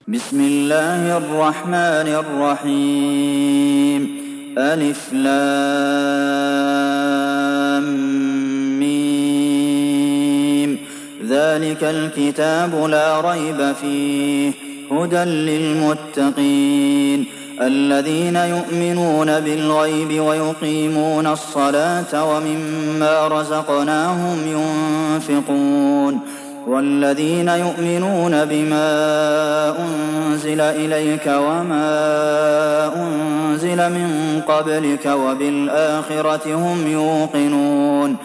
بسم الله الرحمن الرحيم ألف لام ميم ذلك الكتاب لا ريب فيه هدى للمتقين الذين يؤمنون بالغيب ويقيمون الصلاة ومما رزقناهم ينفقون والذين يؤمنون بما أنزل إليك وما أنزل من قبلك وبالآخرة هم يوقنون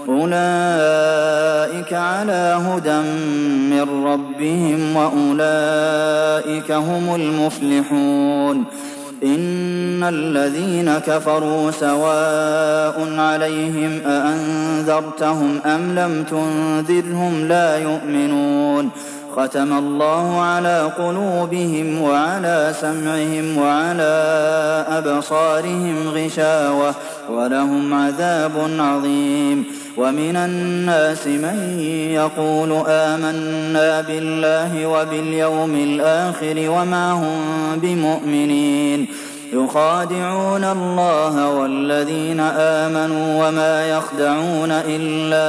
أولئك على هدى من ربهم وأولئك هم المفلحون إن الذين كفروا سواء عليهم أأنذرتهم أم لم تنذرهم لا يؤمنون ختم الله على قلوبهم وعلى سمعهم وعلى أبصارهم غشاوة ولهم عذاب عظيم ومن الناس من يقول آمنا بالله وباليوم الآخر وما هم بمؤمنين يخادعون الله والذين آمنوا وما يخدعون إلا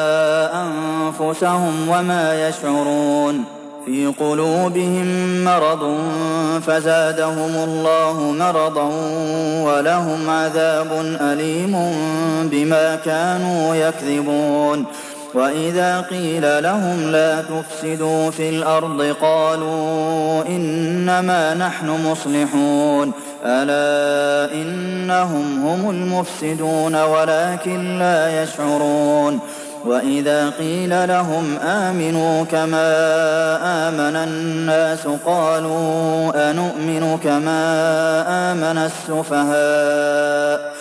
أنفسهم وما يشعرون في قلوبهم مرض فزادهم الله مرضا ولهم عذاب أليم بما كانوا يكذبون وإذا قيل لهم لا تفسدوا في الأرض قالوا إنما نحن مصلحون ألا إنهم هم المفسدون ولكن لا يشعرون وإذا قيل لهم آمنوا كما آمن الناس قالوا أنؤمن كما آمن السفهاء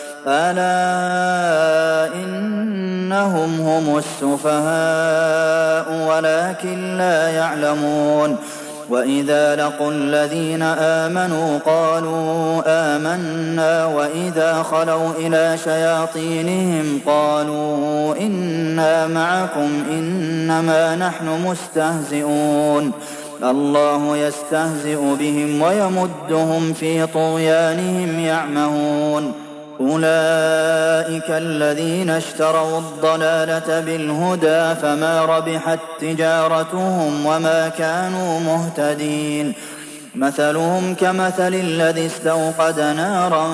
ألا إنهم هم السفهاء ولكن لا يعلمون وإذا لقوا الذين آمنوا قالوا آمنا وإذا خلوا إلى شياطينهم قالوا إنا معكم إنما نحن مستهزئون الله يستهزئ بهم ويمدهم في طغيانهم يعمهون أولئك الذين اشتروا الضلالة بالهدى فما ربحت تجارتهم وما كانوا مهتدين مثلهم كمثل الذي استوقد نارا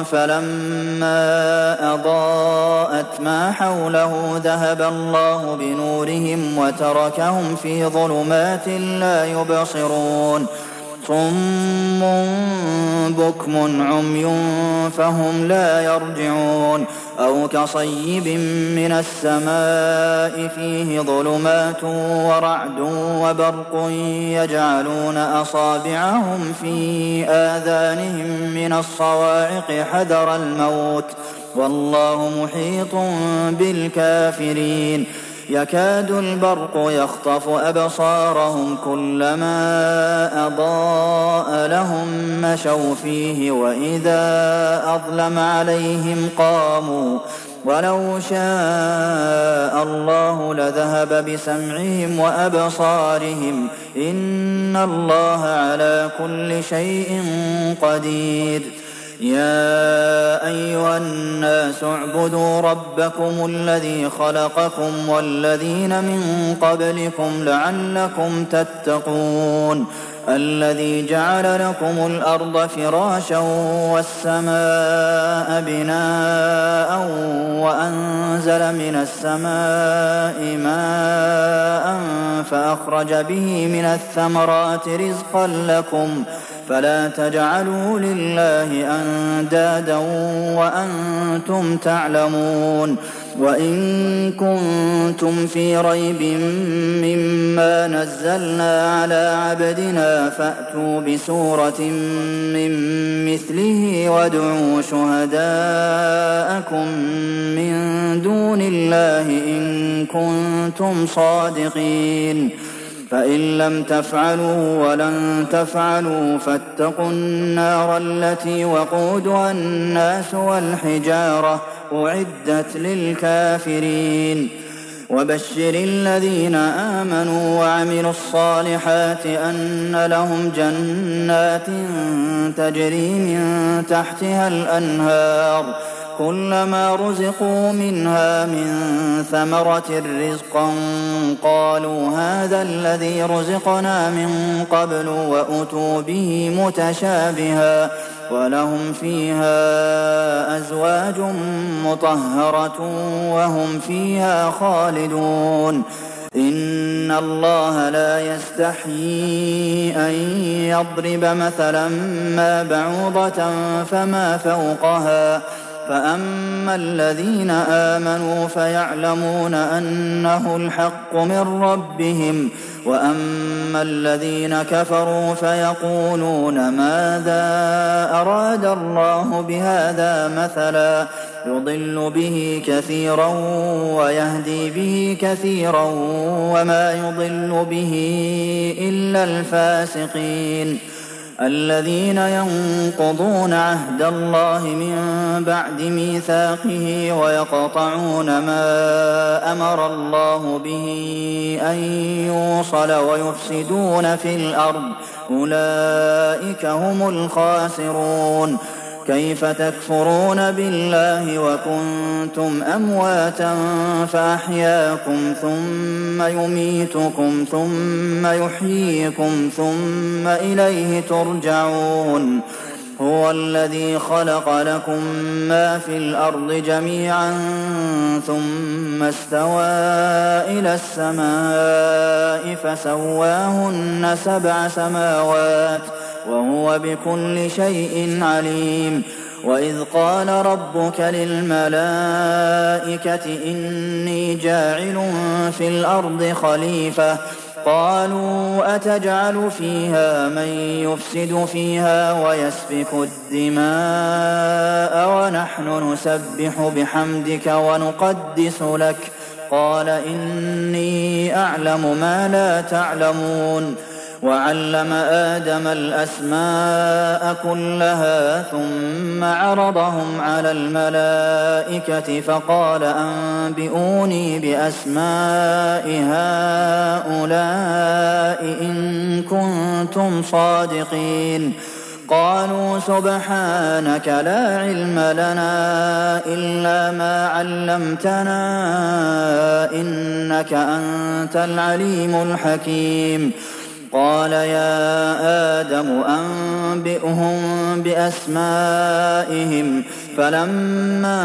فلما أضاءت ما حوله ذهب الله بنورهم وتركهم في ظلمات لا يبصرون صم بكم عمي فهم لا يرجعون أو كصيب من السماء فيه ظلمات ورعد وبرق يجعلون أصابعهم في آذانهم من الصواعق حذر الموت والله محيط بالكافرين يكاد البرق يخطف أبصارهم كلما أضاء لهم مشوا فيه وإذا أظلم عليهم قاموا ولو شاء الله لذهب بسمعهم وأبصارهم إن الله على كل شيء قدير يا أيها الناس اعبدوا ربكم الذي خلقكم والذين من قبلكم لعلكم تتقون الذي جعل لكم الأرض فراشا والسماء بناء وأنزل من السماء ماء فأخرج به من الثمرات رزقا لكم فلا تجعلوا لله أندادا وأنتم تعلمون وإن كنتم في ريب مما نزلنا على عبدنا فأتوا بسورة من مثله وادعوا شهداءكم من دون الله إن كنتم صادقين فإن لم تفعلوا ولن تفعلوا فاتقوا النار التي وقودها الناس والحجارة أعدت للكافرين وبشر الذين آمنوا وعملوا الصالحات أن لهم جنات تجري من تحتها الأنهار كلما رزقوا منها من ثمرة رزقا قالوا هذا الذي رزقنا من قبل وأتوا به متشابها ولهم فيها أزواج مطهرة وهم فيها خالدون إن الله لا يستحيي أن يضرب مثلا ما بعوضة فما فوقها فأما الذين آمنوا فيعلمون أنه الحق من ربهم وأما الذين كفروا فيقولون ماذا أراد الله بهذا مثلا يضل به كثيرا ويهدي به كثيرا وما يضل به إلا الفاسقين الذين ينقضون عهد الله من بعد ميثاقه ويقطعون ما أمر الله به أن يوصل ويفسدون في الأرض أولئك هم الخاسرون كيف تكفرون بالله وكنتم أمواتا فأحياكم ثم يميتكم ثم يحييكم ثم إليه ترجعون هو الذي خلق لكم ما في الأرض جميعا ثم استوى إلى السماء فسواهن 7 سماوات وهو بكل شيء عليم وإذ قال ربك للملائكة إني جاعل في الأرض خليفة قالوا أتجعل فيها من يفسد فيها ويسفك الدماء ونحن نسبح بحمدك ونقدس لك قال إني أعلم ما لا تعلمون وعلم آدم الأسماء كلها ثم عرضهم على الملائكة فقال أنبئوني بأسماء هؤلاء إن كنتم صادقين قالوا سبحانك لا علم لنا إلا ما علمتنا إنك أنت العليم الحكيم قال يا آدم أنبئهم بأسمائهم فلما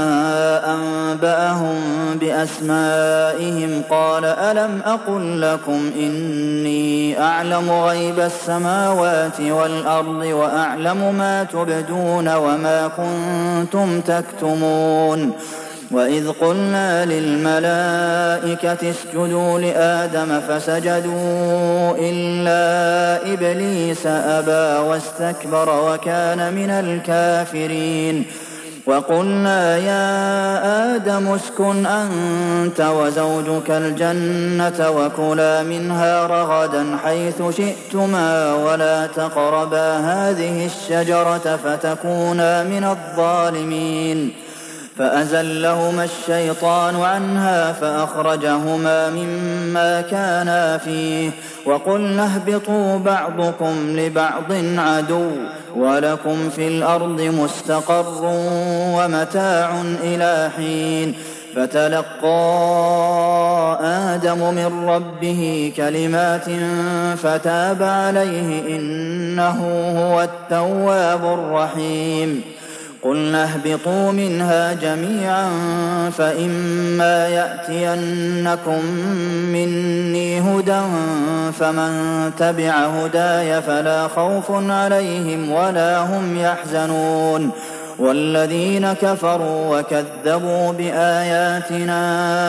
أنبأهم بأسمائهم قال ألم أقل لكم إني أعلم غيب السماوات والأرض وأعلم ما تبدون وما كنتم تكتمون وإذ قلنا للملائكة اسجدوا لآدم فسجدوا إلا إبليس أبى واستكبر وكان من الكافرين وقلنا يا آدم اسكن أنت وزوجك الجنة وكلا منها رغدا حيث شئتما ولا تقربا هذه الشجرة فتكونا من الظالمين فأزلهما الشيطان عنها فأخرجهما مما كانا فيه وقلنا اهبطوا بعضكم لبعض عدو ولكم في الأرض مستقر ومتاع إلى حين فتلقى آدم من ربه كلمات فتاب عليه إنه هو التواب الرحيم قلنا اهبطوا منها جميعا فإما يأتينكم مني هدى فمن تبع هداي فلا خوف عليهم ولا هم يحزنون والذين كفروا وكذبوا بآياتنا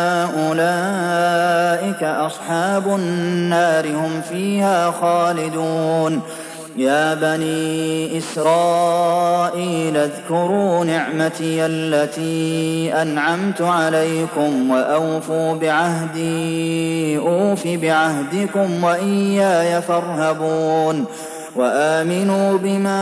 أولئك أصحاب النار هم فيها خالدون يا بني إسرائيل اذكروا نعمتي التي أنعمت عليكم وأوفوا بعهدي أوف بعهدكم وإياي فارهبون وآمنوا بما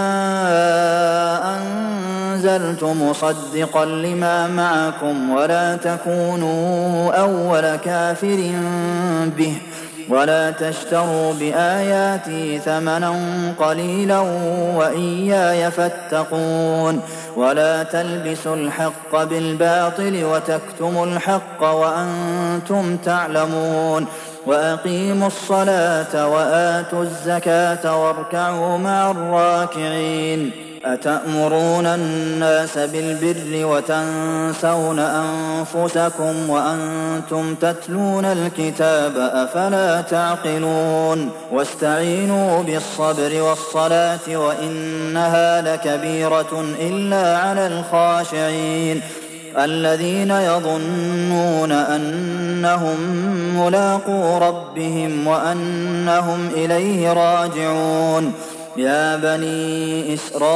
أنزلت مصدقا لما معكم ولا تكونوا أول كافر به ولا تشتروا بآياتي ثمنا قليلا وإياي فاتقون ولا تلبسوا الحق بالباطل وتكتموا الحق وأنتم تعلمون وأقيموا الصلاة وآتوا الزكاة واركعوا مع الراكعين أتأمرون الناس بالبر وتنسون أنفسكم وأنتم تتلون الكتاب أفلا تعقلون واستعينوا بالصبر والصلاة وإنها لكبيرة إلا على الخاشعين الذين يظنون أنهم ملاقو ربهم وأنهم إليه راجعون يا بني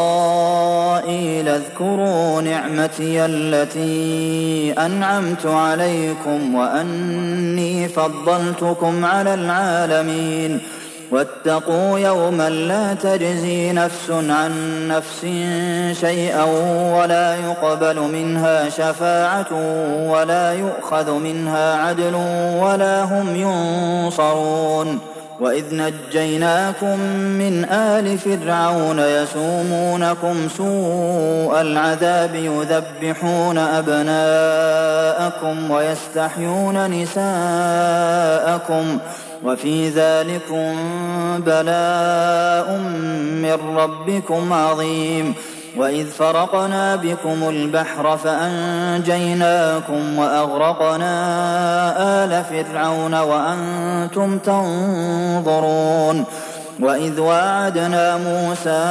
إسرائيل اذكروا نعمتي التي أنعمت عليكم وأني فضلتكم على العالمين واتقوا يوما لا تجزي نفس عن نفس شيئا ولا يقبل منها شفاعة ولا يؤخذ منها عدل ولا هم ينصرون وإذ نجيناكم من آل فرعون يسومونكم سوء العذاب يذبحون أبناءكم ويستحيون نساءكم وفي ذلكم بلاء من ربكم عظيم وإذ فرقنا بكم البحر فأنجيناكم وأغرقنا آل فرعون وأنتم تنظرون وإذ واعدنا موسى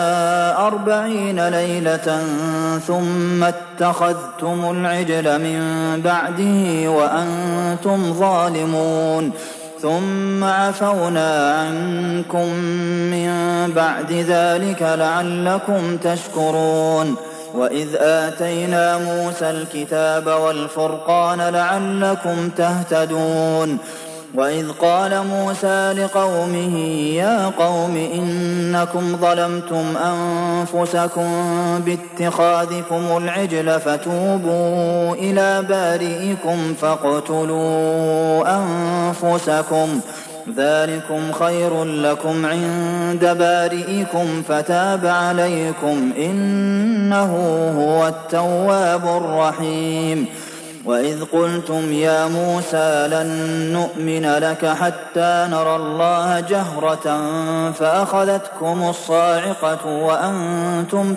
40 ليلة ثم اتخذتم العجل من بعده وأنتم ظالمون ثم عفونا عنكم من بعد ذلك لعلكم تشكرون وإذ آتينا موسى الكتاب والفرقان لعلكم تهتدون وإذ قال موسى لقومه يا قوم إنكم ظلمتم أنفسكم باتخاذكم العجل فتوبوا إلى بارئكم فاقتلوا أنفسكم ذلكم خير لكم عند بارئكم فتاب عليكم إنه هو التواب الرحيم وإذ قلتم يا موسى لن نؤمن لك حتى نرى الله جهرة فأخذتكم الصاعقة وأنتم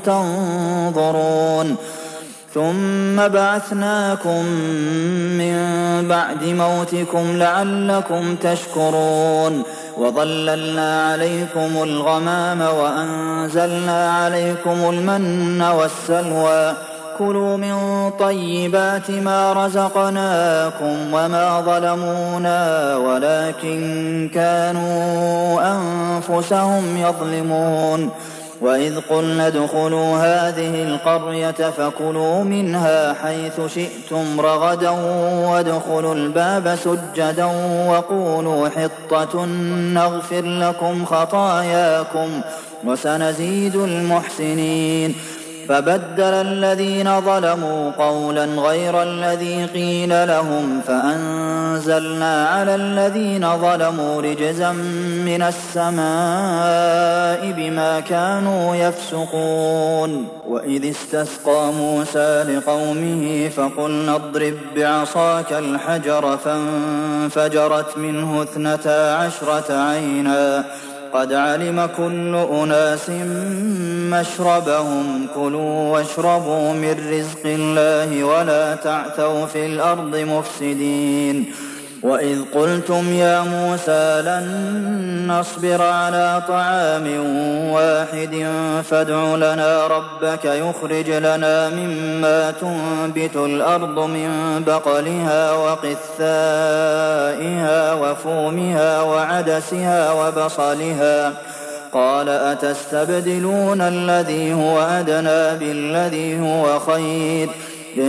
تنظرون ثم بعثناكم من بعد موتكم لعلكم تشكرون وظللنا عليكم الغمام وأنزلنا عليكم المن والسلوى كلوا من طيبات ما رزقناكم وما ظلمونا ولكن كانوا أنفسهم يظلمون وإذ قلنا ادخلوا هذه القرية فكلوا منها حيث شئتم رغدا وادخلوا الباب سجدا وقولوا حطة نغفر لكم خطاياكم وسنزيد المحسنين فبدل الذين ظلموا قولا غير الذي قيل لهم فأنزلنا على الذين ظلموا رجزا من السماء بما كانوا يفسقون وإذ استسقى موسى لقومه فقلنا اضرب بعصاك الحجر فانفجرت منه 12 عينا قد علم كل أناس مشربهم كلوا واشربوا من رزق الله ولا تعثوا في الأرض مفسدين وإذ قلتم يا موسى لن نصبر على طعام واحد فادع لنا ربك يخرج لنا مما تنبت الأرض من بقلها وقثائها وفومها وعدسها وبصلها قال أتستبدلون الذي هو أدنى بالذي هو خير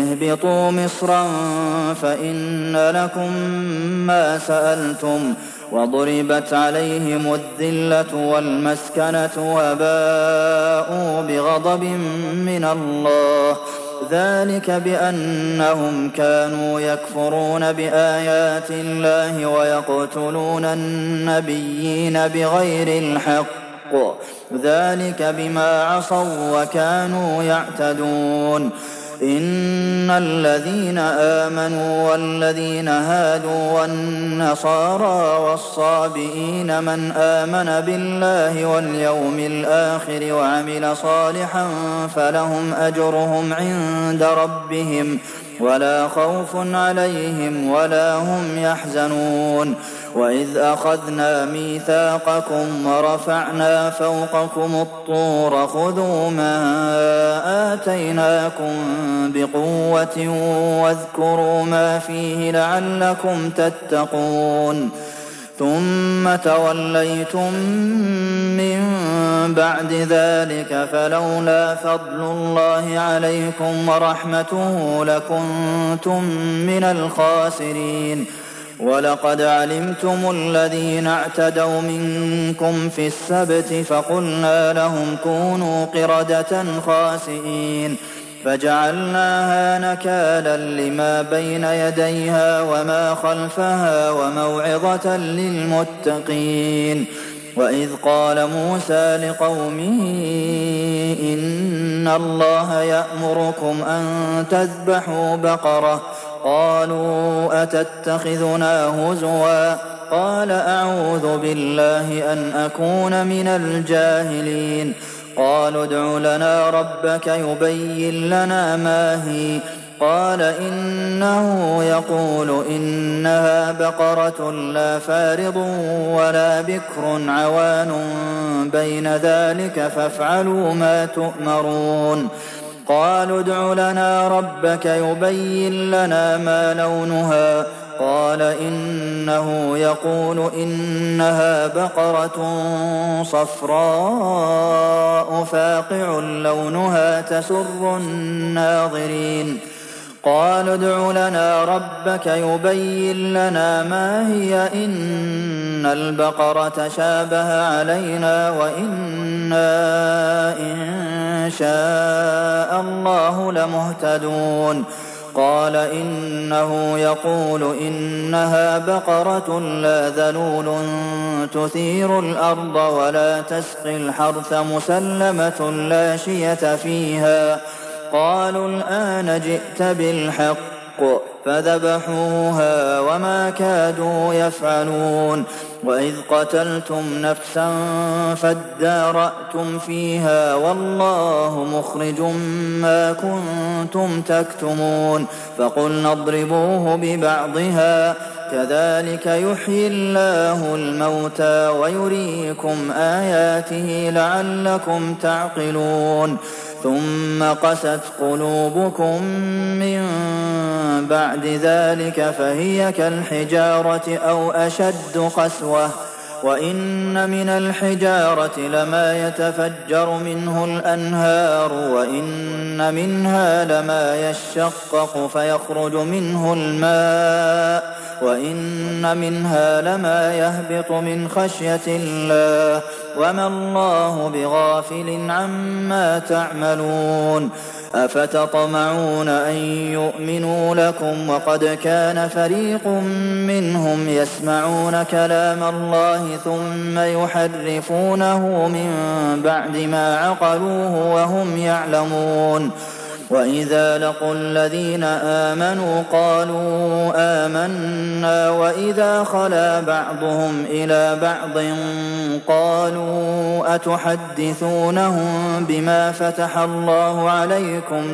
اهبطوا مصرا فإن لكم ما سألتم وضربت عليهم الذلة والمسكنة وباءوا بغضب من الله ذلك بأنهم كانوا يكفرون بآيات الله ويقتلون النبيين بغير الحق ذلك بما عصوا وكانوا يعتدون إن الذين آمنوا والذين هادوا والنصارى والصابئين من آمن بالله واليوم الآخر وعمل صالحا فلهم أجرهم عند ربهم ولا خوف عليهم ولا هم يحزنون وإذ أخذنا ميثاقكم ورفعنا فوقكم الطور خذوا ما آتيناكم بقوة واذكروا ما فيه لعلكم تتقون ثم توليتم من بعد ذلك فلولا فضل الله عليكم ورحمته لكنتم من الخاسرين ولقد علمتم الذين اعتدوا منكم في السبت فقلنا لهم كونوا قردة خاسئين فجعلناها نكالا لما بين يديها وما خلفها وموعظة للمتقين وإذ قال موسى لقومه إن الله يأمركم أن تذبحوا بقرة قالوا أتتخذنا هزوا قال أعوذ بالله أن أكون من الجاهلين قالوا ادع لنا ربك يبين لنا ما هي قال إنه يقول إنها بقرة لا فارض ولا بكر عوان بين ذلك فافعلوا ما تؤمرون قالوا ادع لنا ربك يبين لنا ما لونها قال إنه يقول إنها بقرة صفراء فاقع لونها تسر الناظرين قالوا ادع لنا ربك يبين لنا ما هي إن البقرة شابه علينا وإنا إن شاء الله لمهتدون قال إنه يقول إنها بقرة لا ذلول تثير الأرض ولا تسقي الحرث مسلمة لا شية فيها قالوا الآن جئت بالحق فذبحوها وما كادوا يفعلون وإذ قتلتم نفسا فادارأتم فيها والله مخرج ما كنتم تكتمون فقلنا اضربوه ببعضها كذلك يحيي الله الموتى ويريكم آياته لعلكم تعقلون ثم قست قلوبكم من بعد ذلك فهي كالحجارة أو أشد قسوة وإن من الحجارة لما يتفجر منه الأنهار وإن منها لما يشقق فيخرج منه الماء وإن منها لما يهبط من خشية الله وما الله بغافل عما تعملون أفتطمعون أن يؤمنوا لكم وقد كان فريق منهم يسمعون كلام الله ثم يحرفونه من بعد ما عقلوه وهم يعلمون وإذا لقوا الذين آمنوا قالوا آمنا وإذا خلا بعضهم إلى بعض قالوا أتحدثونهم بما فتح الله عليكم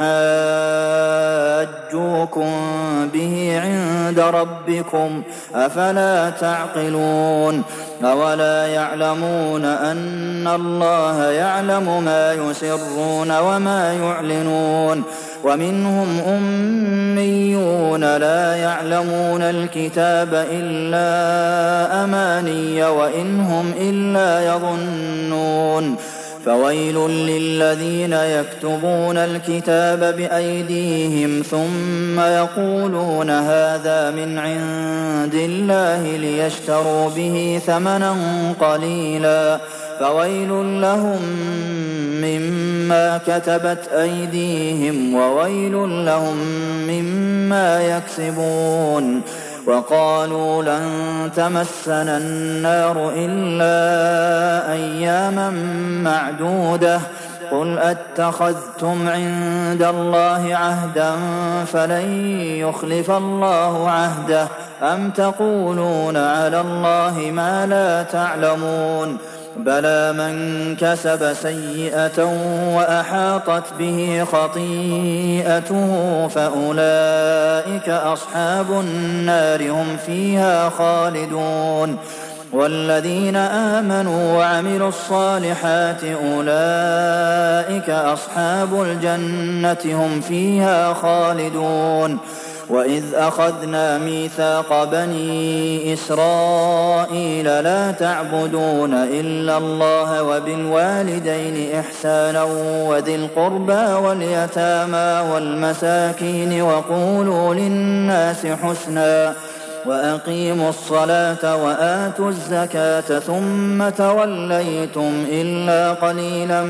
ليحاجوكم به عند ربكم أفلا تعقلون أولا يعلمون أن الله يعلم ما يسرون وما يعلنون ومنهم أميون لا يعلمون الكتاب إلا أماني وإن هم إلا يظنون فويل للذين يكتبون الكتاب بأيديهم ثم يقولون هذا من عند الله ليشتروا به ثمنا قليلا فويل لهم مما كتبت أيديهم وويل لهم مما يكسبون وقالوا لن تمسنا النار إلا أياما معدودة قل أتخذتم عند الله عهدا فلن يخلف الله عهده أم تقولون على الله ما لا تعلمون بلى من كسب سيئة وأحاطت به خطيئته فأولئك أصحاب النار هم فيها خالدون والذين آمنوا وعملوا الصالحات أولئك أصحاب الجنة هم فيها خالدون وإذ أخذنا ميثاق بني إسرائيل لا تعبدون إلا الله وبالوالدين إحسانا وذي القربى واليتامى والمساكين وقولوا للناس حسنا وأقيموا الصلاة وآتوا الزكاة ثم توليتم إلا قليلا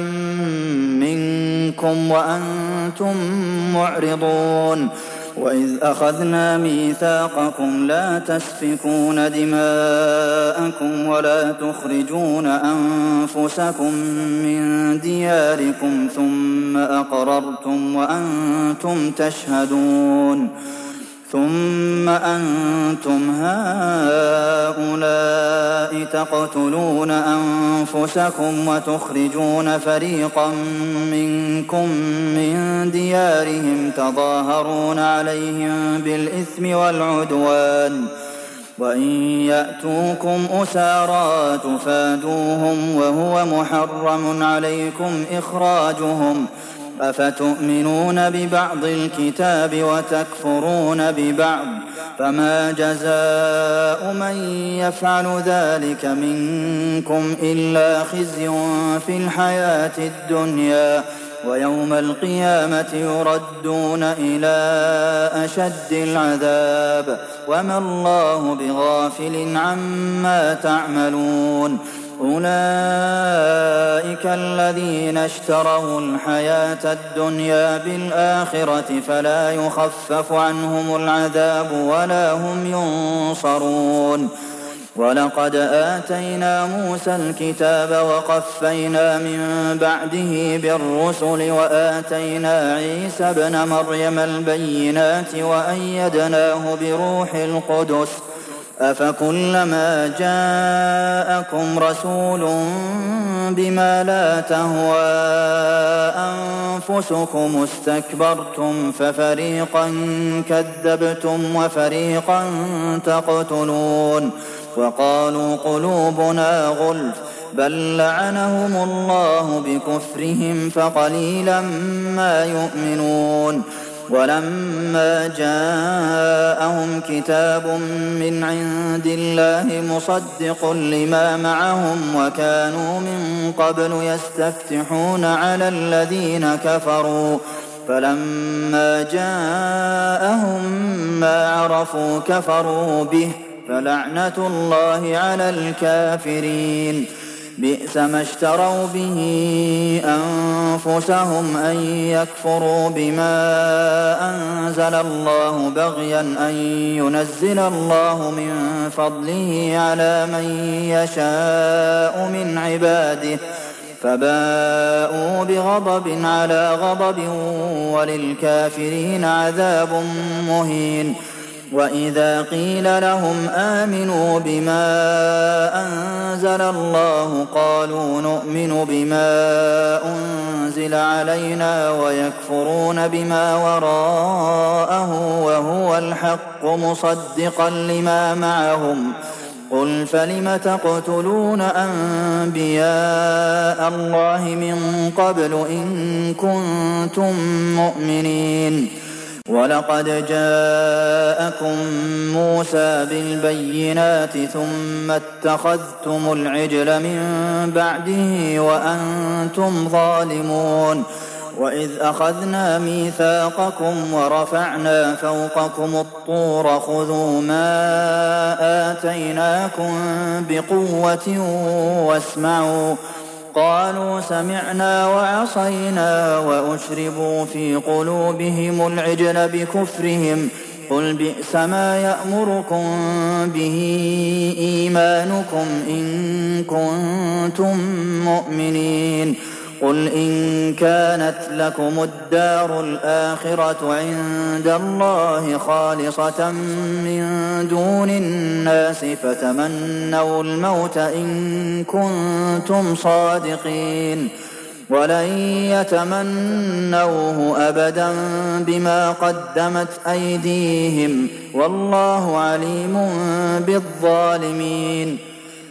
منكم وأنتم معرضون وإذ أخذنا ميثاقكم لا تسفكون دماءكم ولا تخرجون أنفسكم من دياركم ثم أقررتم وأنتم تشهدون ثم أنتم هؤلاء تقتلون أنفسكم وتخرجون فريقا منكم من ديارهم تظاهرون عليهم بالإثم والعدوان وإن يأتوكم أسارى تفادوهم وهو محرم عليكم إخراجهم أفتؤمنون ببعض الكتاب وتكفرون ببعض فما جزاء من يفعل ذلك منكم إلا خزي في الحياة الدنيا ويوم القيامة يردون إلى أشد العذاب وما الله بغافل عما تعملون أولئك الذين اشتروا الحياة الدنيا بالآخرة فلا يخفف عنهم العذاب ولا هم ينصرون ولقد آتينا موسى الكتاب وقفينا من بعده بالرسل وآتينا عيسى ابن مريم البينات وأيدناه بروح القدس أفكلما جاءكم رسول بما لا تهوى أنفسكم استكبرتم ففريقا كذبتم وفريقا تقتلون وقالوا قلوبنا غلف بل لعنهم الله بكفرهم فقليلا ما يؤمنون ولما جاءهم كتاب من عند الله مصدق لما معهم وكانوا من قبل يستفتحون على الذين كفروا فلما جاءهم ما عرفوا كفروا به فلعنة الله على الكافرين بئس ما اشتروا به أنفسهم أن يكفروا بما أنزل الله بغيا أن ينزل الله من فضله على من يشاء من عباده فباءوا بغضب على غضب وللكافرين عذاب مهين وإذا قيل لهم آمنوا بما أنزل الله قالوا نؤمن بما أنزل علينا ويكفرون بما وراءه وهو الحق مصدقا لما معهم قل فلم تقتلون أنبياء الله من قبل إن كنتم مؤمنين وَلَقَدْ جَاءَكُم مُّوسَىٰ بِالْبَيِّنَاتِ ثُمَّ اتَّخَذْتُمُ الْعِجْلَ مِن بَعْدِهِ وَأَنتُمْ ظَالِمُونَ وَإِذْ أَخَذْنَا مِيثَاقَكُمْ وَرَفَعْنَا فَوْقَكُمُ الطُّورَ خُذُوا مَا آتَيْنَاكُم بِقُوَّةٍ وَاسْمَعُوا قَالُوا سَمِعْنَا وَعَصَيْنَا وَأُشْرِبُوا فِي قُلُوبِهِمُ الْعِجْلَ بِكُفْرِهِمْ ۚ قُلْ بِئْسَ مَا يَأْمُرُكُم بِهِ إِيمَانُكُمْ إِن كُنتُم مُّؤْمِنِينَ قُلْ إِن كَانَتْ لَكُمُ الدَّارُ الْآخِرَةُ عِندَ اللَّهِ خَالِصَةً مِّن دُونِ النَّاسِ فَتَمَنَّوُا الْمَوْتَ إِن كُنتُمْ صَادِقِينَ وَلَن يَتَمَنَّوْهُ أَبَدًا بِمَا قَدَّمَتْ أَيْدِيهِمْ ۚ وَاللَّهُ عَلِيمٌ بِالظَّالِمِينَ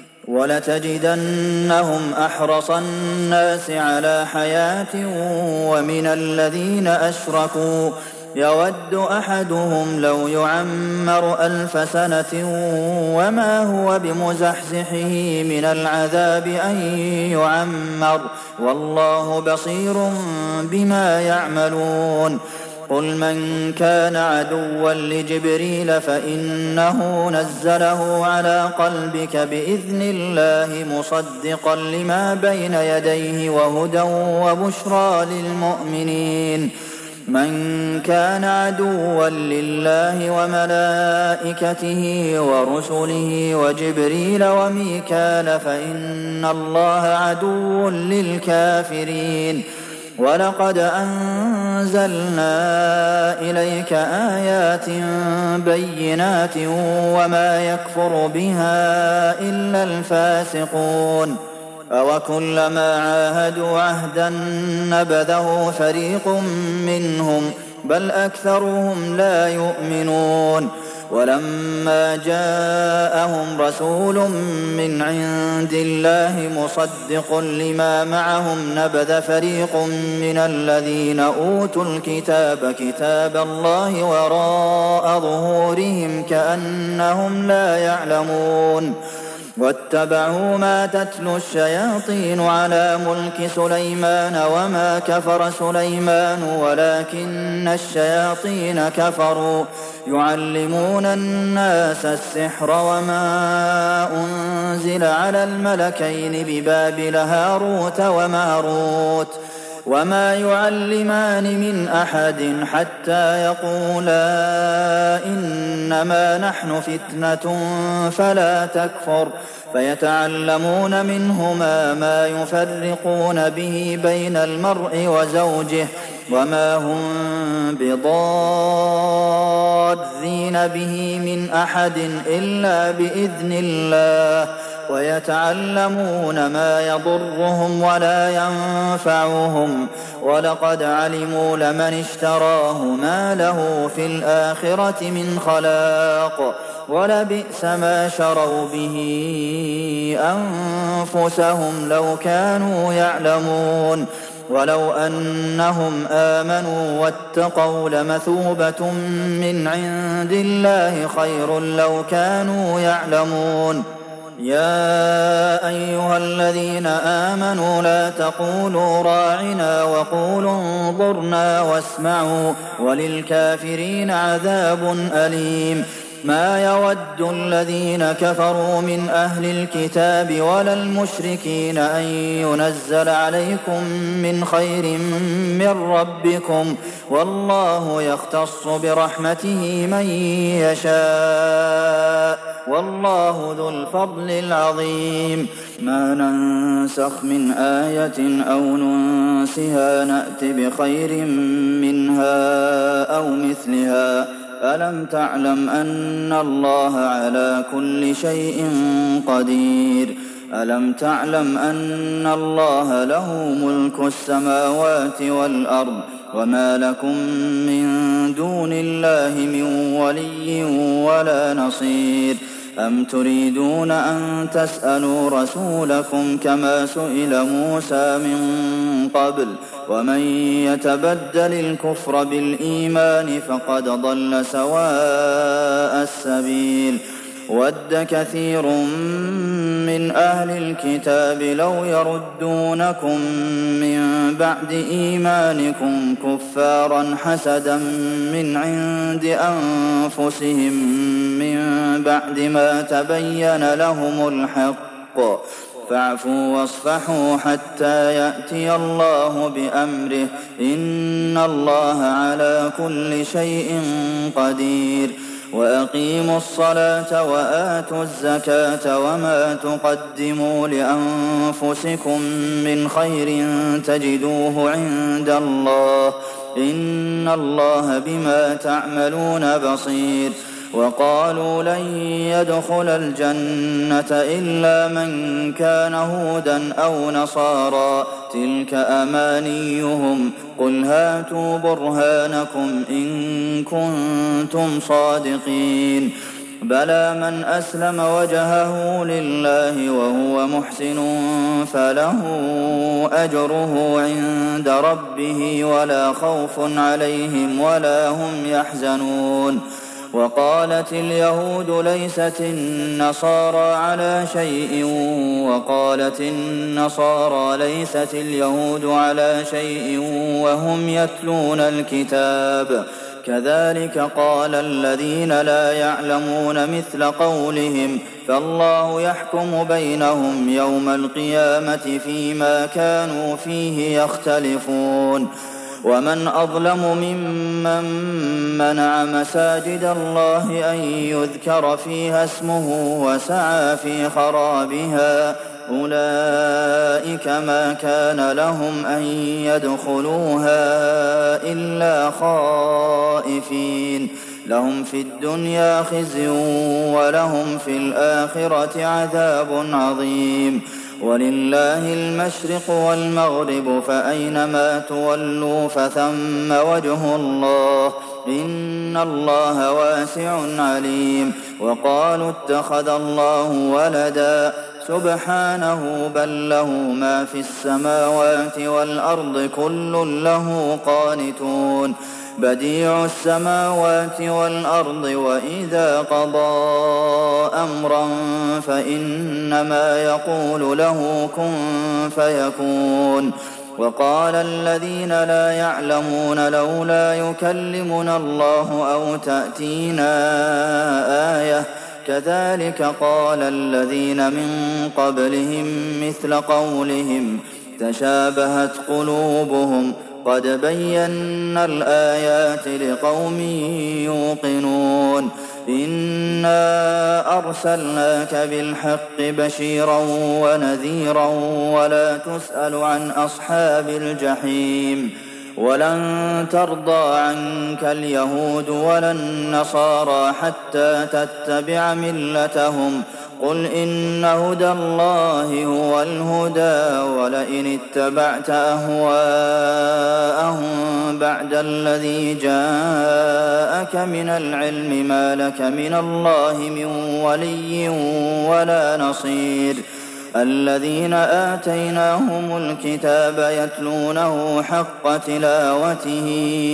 وَلَتَجِدَنَّهُمْ أَحْرَصَ النَّاسِ عَلَىٰ حَيَاةٍ وَمِنَ الَّذِينَ أَشْرَكُوا يَوَدُّ أَحَدُهُمْ لَوْ يُعَمَّرُ 1000 سَنَةٍ وَمَا هُوَ بِمُزَحْزِحِهِ مِنَ الْعَذَابِ أَن يُعَمَّرَ ۗ وَاللَّهُ بَصِيرٌ بِمَا يَعْمَلُونَ قُلْ مَن كَانَ عَدُوًّا لِّجِبْرِيلَ فَإِنَّهُ نَزَّلَهُ عَلَىٰ قَلْبِكَ بِإِذْنِ اللَّهِ مُصَدِّقًا لِّمَا بَيْنَ يَدَيْهِ وَهُدًى وَبُشْرَىٰ لِلْمُؤْمِنِينَ مَن كَانَ عَدُوًّا لِّلَّهِ وَمَلَائِكَتِهِ وَرُسُلِهِ وَجِبْرِيلَ وَمِيكَالَ فَإِنَّ اللَّهَ عَدُوٌّ لِّلْكَافِرِينَ وَلَقَدْ أَنزَلْنَا إِلَيْكَ آيَاتٍ بَيِّنَاتٍ وَمَا يَكْفُرُ بِهَا إِلَّا الْفَاسِقُونَ أَوَكُلَّمَا عَاهَدُوا عَهْدًا نَّبَذَهُ فَرِيقٌ مِّنْهُم ۚ بَلْ أَكْثَرُهُمْ لَا يُؤْمِنُونَ وَلَمَّا جَاءَهُمْ رَسُولٌ مِّنْ عِندِ اللَّهِ مُصَدِّقٌ لِّمَا مَعَهُمْ نَبَذَ فَرِيقٌ مِّنَ الَّذِينَ أُوتُوا الْكِتَابَ كِتَابَ اللَّهِ وَرَاءَ ظُهُورِهِمْ كَأَنَّهُمْ لَا يَعْلَمُونَ وَاتَّبَعُوا مَا تَتْلُو الشَّيَاطِينُ عَلَىٰ مُلْكِ سُلَيْمَانَ وَمَا كَفَرَ سُلَيْمَانُ وَلَٰكِنَّ الشَّيَاطِينَ كَفَرُوا يُعَلِّمُونَ النَّاسَ السِّحْرَ وَمَا أُنزِلَ عَلَى الْمَلَكَيْنِ بِبَابِلَ هَارُوتَ وَمَارُوتَ وَمَا يُعَلِّمَانِ مِنْ أَحَدٍ حَتَّىٰ يَقُولَا إِنَّمَا نَحْنُ فِتْنَةٌ فَلَا تَكْفُرْ فَيَتَعَلَّمُونَ مِنْهُمَا مَا يُفَرِّقُونَ بِهِ بَيْنَ الْمَرْءِ وَزَوْجِهِ وَمَا هُم بِضَارِّينَ بِهِ مِنْ أَحَدٍ إِلَّا بِإِذْنِ اللَّهِ وَيَتَعَلَّمُونَ مَا يَضُرُّهُمْ وَلَا يَنفَعُهُمْ وَلَقَدْ عَلِمُوا لَمَنِ اشْتَرَاهُ مَا لَهُ فِي الْآخِرَةِ مِنْ خَلَاقٍ وَلَبِئْسَ مَا شَرَوْا بِهِ أَنفُسَهُمْ لَوْ كَانُوا يَعْلَمُونَ وَلَوْ أَنَّهُمْ آمَنُوا وَاتَّقَوْا لَمَثُوبَةٌ مِّنْ عِندِ اللَّهِ خَيْرٌ لَّوْ كَانُوا يَعْلَمُونَ يَا أَيُّهَا الَّذِينَ آمَنُوا لَا تَقُولُوا رَاعِنَا وَقُولُوا انظُرْنَا وَاسْمَعُوا وَلِلْكَافِرِينَ عَذَابٌ أَلِيمٌ مَا يَوَدُّ الَّذِينَ كَفَرُوا مِنْ أَهْلِ الْكِتَابِ وَلَا الْمُشْرِكِينَ أَن يُنَزَّلَ عَلَيْكُم مِّنْ خَيْرٍ مِّن رَّبِّكُمْ ۗ وَاللَّهُ يَخْتَصُّ بِرَحْمَتِهِ مَن يَشَاءُ ۗ وَاللَّهُ ذُو الْفَضْلِ الْعَظِيمِ مَا نَنسَخْ مِنْ آيَةٍ أَوْ نُنسِهَا نَأْتِ بِخَيْرٍ مِّنْهَا أَوْ مِثْلِهَا ۗ أَلَمْ تَعْلَمْ أَنَّ اللَّهَ عَلَىٰ كُلِّ شَيْءٍ قَدِيرٌ أَلَمْ تَعْلَمْ أَنَّ اللَّهَ لَهُ مُلْكُ السَّمَاوَاتِ وَالْأَرْضِ وَمَا لَكُم مِّن دُونِ اللَّهِ مِن وَلِيٍّ وَلَا نَصِيرٍ أَمْ تُرِيدُونَ أَن تَسْأَلُوا رَسُولَكُمْ كَمَا سُئِلَ مُوسَىٰ مِن قَبْلُ ۗ وَمَن يَتَبَدَّلِ الْكُفْرَ بِالْإِيمَانِ فَقَدْ ضَلَّ سَوَاءَ السَّبِيلِ وَدَّ كَثِيرٌ مِّنْ أَهْلِ الْكِتَابِ لَوْ يَرُدُّونَكُم مِّن بَعْدِ إِيمَانِكُمْ كُفَّارًا حَسَدًا مِّنْ عِندِ أَنفُسِهِم مِّن بَعْدِ مَا تَبَيَّنَ لَهُمُ الْحَقُّ ۖ فَاعْفُوا وَاصْفَحُوا حَتَّىٰ يَأْتِيَ اللَّهُ بِأَمْرِهِ ۗ إِنَّ اللَّهَ عَلَىٰ كُلِّ شَيْءٍ قَدِيرٌ وَأَقِيمُوا الصَّلَاةَ وَآتُوا الزَّكَاةَ وَمَا تُقَدِّمُوا لِأَنفُسِكُم مِّنْ خَيْرٍ تَجِدُوهُ عِندَ اللَّهِ ۗ إِنَّ اللَّهَ بِمَا تَعْمَلُونَ بَصِيرٌ وَقَالُوا لَن يَدْخُلَ الْجَنَّةَ إِلَّا مَن كَانَ هُودًا أَوْ نَصَارَىٰ ۗ تِلْكَ أَمَانِيُّهُمْ ۖ قُلْ هَاتُوا بُرْهَانَكُمْ إِن كُنتُمْ صَادِقِينَ بَلَىٰ مَنْ أَسْلَمَ وَجْهَهُ لِلَّهِ وَهُوَ مُحْسِنٌ فَلَهُ أَجْرُهُ عِندَ رَبِّهِ وَلَا خَوْفٌ عَلَيْهِمْ وَلَا هُمْ يَحْزَنُونَ وَقَالَتِ الْيَهُودُ لَيْسَتِ النَّصَارَىٰ عَلَىٰ شَيْءٍ وَقَالَتِ النَّصَارَىٰ لَيْسَتِ الْيَهُودُ عَلَىٰ شَيْءٍ وَهُمْ يَتْلُونَ الْكِتَابَ كَذَٰلِكَ قَالَ الَّذِينَ لَا يَعْلَمُونَ مِثْلَ قَوْلِهِمْ فَاللَّهُ يَحْكُمُ بَيْنَهُمْ يَوْمَ الْقِيَامَةِ فِيمَا كَانُوا فِيهِ يَخْتَلِفُونَ وَمَنْ أَظْلَمُ مِمَّن مَّنَعَ مَسَاجِدَ اللَّهِ أَن يُذْكَرَ فِيهَا اسْمُهُ وَسَعَىٰ فِي خَرَابِهَا ۚ أُولَٰئِكَ مَا كَانَ لَهُمْ أَن يَدْخُلُوهَا إِلَّا خَائِفِينَ لَهُمْ فِي الدُّنْيَا خِزْيٌ وَلَهُمْ فِي الْآخِرَةِ عَذَابٌ عَظِيمٌ وَلِلَّهِ الْمَشْرِقُ وَالْمَغْرِبُ فَأَيْنَمَا تُوَلُّوا فَثَمَّ وَجْهُ اللَّهِ ۚ إِنَّ اللَّهَ وَاسِعٌ عَلِيمٌ وَقَالُوا اتَّخَذَ اللَّهُ وَلَدًا سُبْحَانَهُ بَل لَّهُ مَا فِي السَّمَاوَاتِ وَالْأَرْضِ كُلٌّ لَّهُ قَانِتُونَ بَدِيعُ السَّمَاوَاتِ وَالْأَرْضِ وَإِذَا قَضَىٰ أَمْرًا فَإِنَّمَا يَقُولُ لَهُ كُن فَيَكُونُ وَقَالَ الَّذِينَ لَا يَعْلَمُونَ لَوْلَا يُكَلِّمُنَا اللَّهُ أَوْ تَأْتِينَا آيَةٌ ۗ كَذَٰلِكَ قَالَ الَّذِينَ مِن قَبْلِهِم مِّثْلَ قَوْلِهِمْ تَشَابَهَتْ قُلُوبُهُمْ ۗ قَدْ بَيَّنَّا الْآيَاتِ لِقَوْمٍ يُوقِنُونَ إِنَّا أَرْسَلْنَاكَ بِالْحَقِّ بَشِيرًا وَنَذِيرًا وَلَا تُسْأَلُ عَنْ أَصْحَابِ الْجَحِيمِ وَلَن تَرْضَىٰ عَنكَ الْيَهُودُ وَلَا النَّصَارَىٰ حَتَّىٰ تَتَّبِعَ مِلَّتَهُمْ ۗ قُلْ إِنَّ هُدَى اللَّهِ هُوَ الْهُدَىٰ وَلَئِنِ اتَّبَعْتَ أَهْوَاءَهُم بَعْدَ الَّذِي جَاءَكَ مِنَ الْعِلْمِ مَا لَكَ مِنَ اللَّهِ مِن وَلِيٍّ وَلَا نَصِيرٍ الَّذِينَ آتَيْنَاهُمُ الْكِتَابَ يَتْلُونَهُ حَقَّ تِلَاوَتِهِ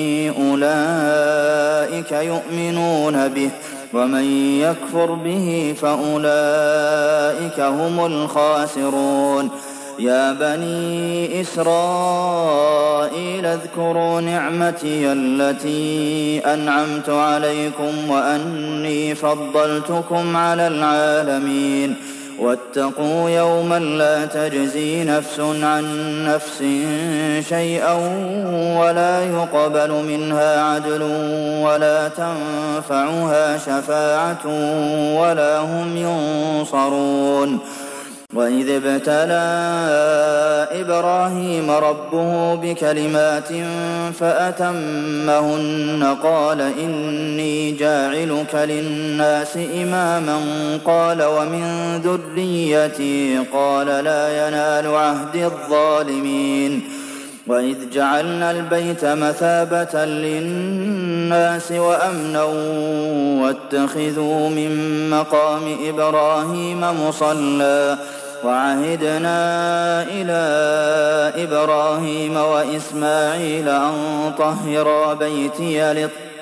أُولَٰئِكَ يُؤْمِنُونَ بِهِ ۗ وَمَن يَكْفُرْ بِهِ فَأُولَٰئِكَ هُمُ الْخَاسِرُونَ يَا بَنِي إِسْرَائِيلَ اذْكُرُوا نِعْمَتِيَ الَّتِي أَنْعَمْتُ عَلَيْكُمْ وَأَنِّي فَضَّلْتُكُمْ عَلَى الْعَالَمِينَ وَاتَّقُوا يَوْمًا لَّا تَجْزِي نَفْسٌ عَن نَّفْسٍ شَيْئًا وَلَا يُقْبَلُ مِنْهَا عَدْلٌ وَلَا تَنفَعُهَا شَفَاعَةٌ وَلَا هُمْ يُنصَرُونَ وَإِذِ ابْتَلَىٰ إِبْرَاهِيمَ رَبُّهُ بِكَلِمَاتٍ فَأَتَمَّهُنَّ قَالَ إِنِّي جَاعِلُكَ لِلنَّاسِ إِمَامًا قَالَ وَمِن ذُرِّيَّتِي قَالَ لَا يَنَالُ عَهْدِي الظَّالِمِينَ وإذ جعلنا البيت مثابة للناس وأمنا واتخذوا من مقام إبراهيم مصلى وعهدنا إلى إبراهيم وإسماعيل أن طهرا بيتي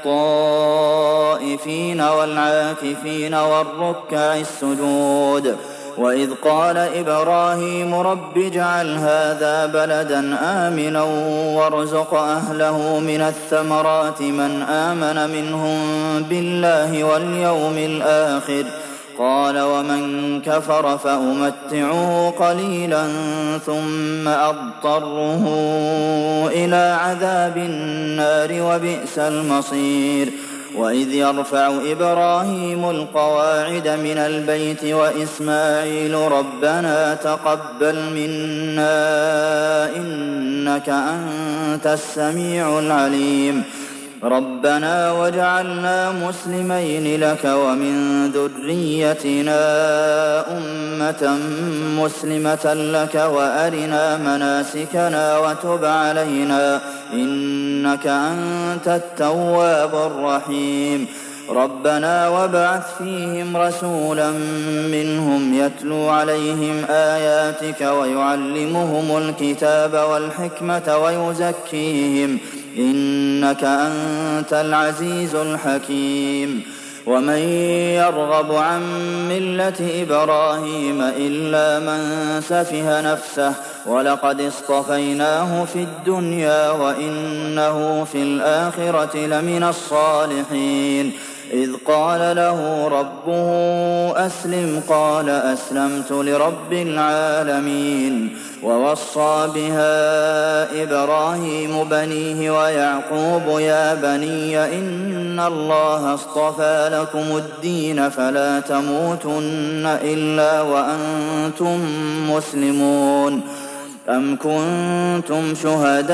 للطائفين والعاكفين والركع السجود وإذ قال إبراهيم رب اجعل هذا بلدا آمنا وارزق أهله من الثمرات من آمن منهم بالله واليوم الآخر قال ومن كفر فأمتعه قليلا ثم أضطره إلى عذاب النار وبئس المصير وإذ يرفع إبراهيم القواعد من البيت وإسماعيل ربنا تقبل منا إنك أنت السميع العليم ربنا واجعلنا مسلمين لك ومن ذريتنا أمة مسلمة لك وأرنا مناسكنا وتب علينا إنك أنت التواب الرحيم ربنا وابعث فيهم رسولا منهم يتلو عليهم آياتك ويعلمهم الكتاب والحكمة ويزكيهم إنك أنت العزيز الحكيم ومن يرغب عن ملة إبراهيم إلا من سفه نفسه ولقد اصطفيناه في الدنيا وإنه في الآخرة لمن الصالحين إذ قال له ربه أسلم قال أسلمت لرب العالمين ووصى بها إبراهيم بنيه ويعقوب يا بني إن الله اصطفى لكم الدين فلا تموتن إلا وأنتم مسلمون أم كنتم شهداء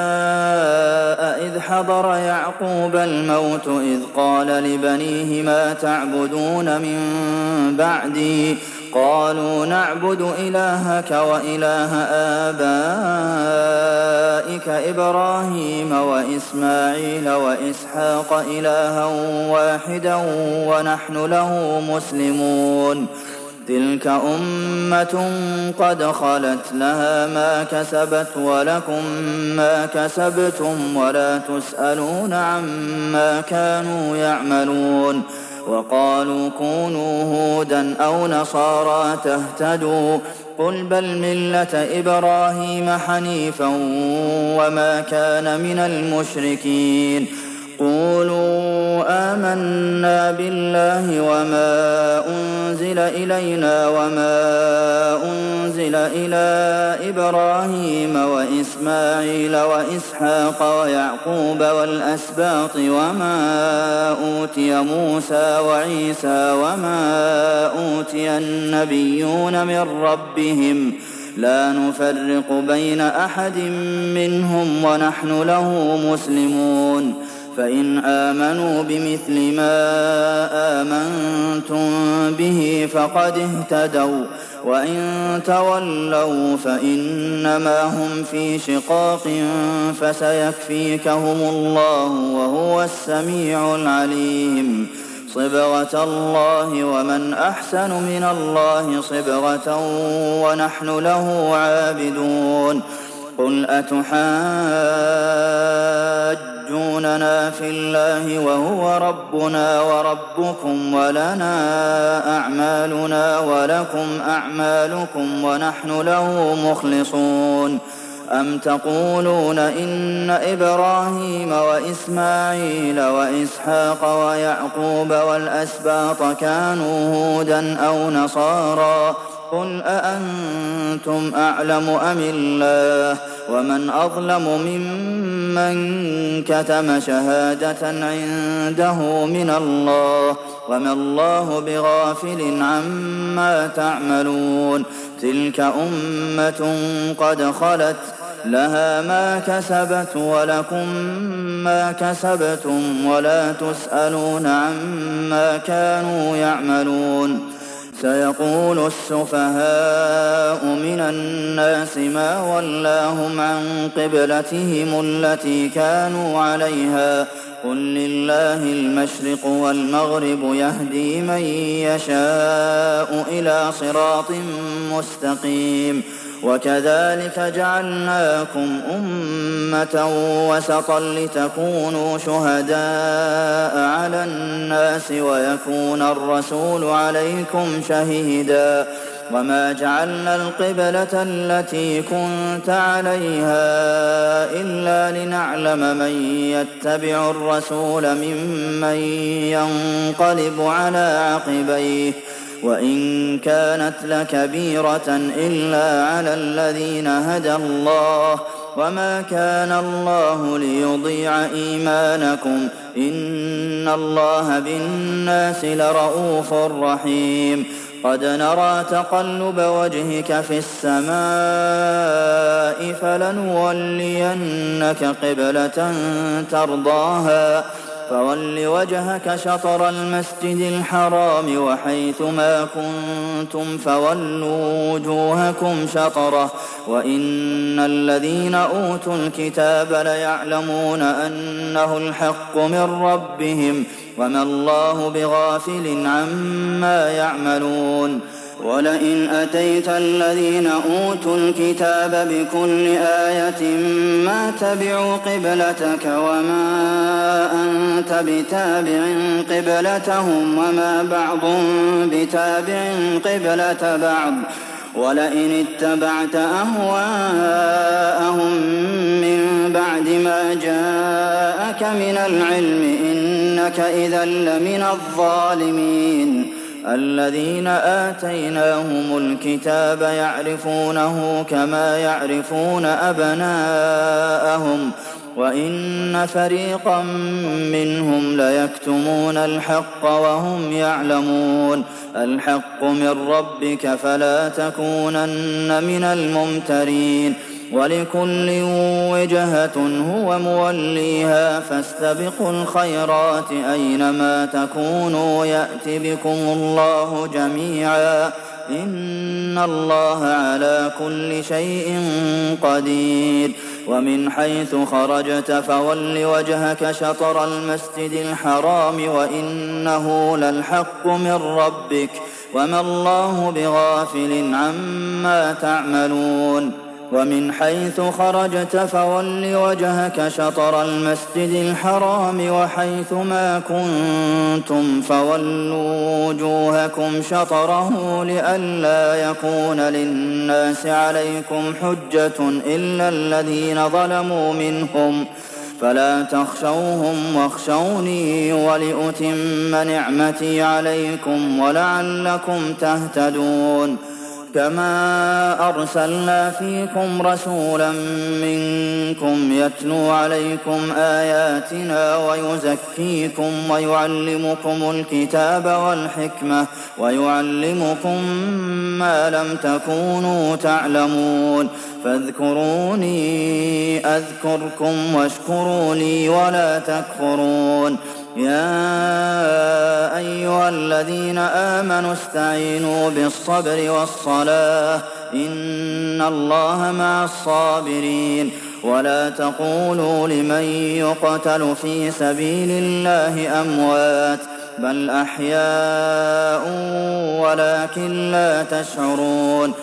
إذ حضر يعقوب الموت إذ قال لبنيه ما تعبدون من بعدي قالوا نعبد إلهك وإله آبائك إبراهيم وإسماعيل وإسحاق إلها واحدا ونحن له مسلمون تلك أمة قد خلت لها ما كسبت ولكم ما كسبتم ولا تسألون عما كانوا يعملون وقالوا كونوا هودا أو نصارى تهتدوا قل بل ملة إبراهيم حنيفا وما كان من المشركين قولوا آمنا بالله وما أنزل إلينا وما أنزل إلى إبراهيم وإسماعيل وإسحاق ويعقوب والأسباط وما أوتي موسى وعيسى وما أوتي النبيون من ربهم لا نفرق بين أحد منهم ونحن له مسلمون فإن آمنوا بمثل ما آمنتم به فقد اهتدوا وإن تولوا فإنما هم في شقاق فسيكفيكهم الله وهو السميع العليم صبغة الله ومن أحسن من الله صبغة ونحن له عابدون قل أتحاجوننا في الله وهو ربنا وربكم ولنا أعمالنا ولكم أعمالكم ونحن له مخلصون أم تقولون إن إبراهيم وإسماعيل وإسحاق ويعقوب والأسباط كانوا هودا أو نصارى قل أأنتم أعلم أم الله ومن أظلم ممن كتم شهادة عنده من الله وما الله بغافل عما تعملون تلك أمة قد خلت لها ما كسبت ولكم ما كسبتم ولا تسألون عما كانوا يعملون سيقول السفهاء من الناس ما ولاهم عن قبلتهم التي كانوا عليها قل لله المشرق والمغرب يهدي من يشاء إلى صراط مستقيم وكذلك جعلناكم أمة وسطا لتكونوا شهداء على الناس ويكون الرسول عليكم شهيدا وما جعلنا القبلة التي كنت عليها إلا لنعلم من يتبع الرسول ممن ينقلب على عقبيه وإن كانت لكبيرة إلا على الذين هدى الله وما كان الله ليضيع إيمانكم إن الله بالناس لرءوف رحيم قد نرى تقلب وجهك في السماء فلنولينك قبلة ترضاها فول وجهك شطر المسجد الحرام وحيث ما كنتم فولوا وجوهكم شطره وإن الذين أوتوا الكتاب ليعلمون أنه الحق من ربهم وما الله بغافل عما يعملون ولئن أتيت الذين أوتوا الكتاب بكل آية ما تبعوا قبلتك وما أنت بتابع قبلتهم وما بعضهم بتابع قبلة بعض ولئن اتبعت أهواءهم من بعد ما جاءك من العلم إنك إذا لمن الظالمين الذين آتيناهم الكتاب يعرفونه كما يعرفون أبناءهم وإن فريقا منهم ليكتمون الحق وهم يعلمون الحق من ربك فلا تكونن من الممترين ولكل وجهة هو موليها فاستبقوا الخيرات أينما تكونوا يأت بكم الله جميعا إن الله على كل شيء قدير ومن حيث خرجت فول وجهك شطر المسجد الحرام وإنه للحق من ربك وما الله بغافل عما تعملون ومن حيث خرجت فول وجهك شطر المسجد الحرام وحيث ما كنتم فولوا وجوهكم شطره لئلا يكون للناس عليكم حجة إلا الذين ظلموا منهم فلا تخشوهم واخشوني ولأتم نعمتي عليكم ولعلكم تهتدون كما أرسلنا فيكم رسولا منكم يتلو عليكم آياتنا ويزكيكم ويعلمكم الكتاب والحكمة ويعلمكم ما لم تكونوا تعلمون فاذكروني أذكركم واشكروا لي ولا تكفرون يا أيها الذين آمنوا استعينوا بالصبر والصلاة إن الله مع الصابرين ولا تقولوا لمن يقتل في سبيل الله أموات بل أحياء ولكن لا تشعرون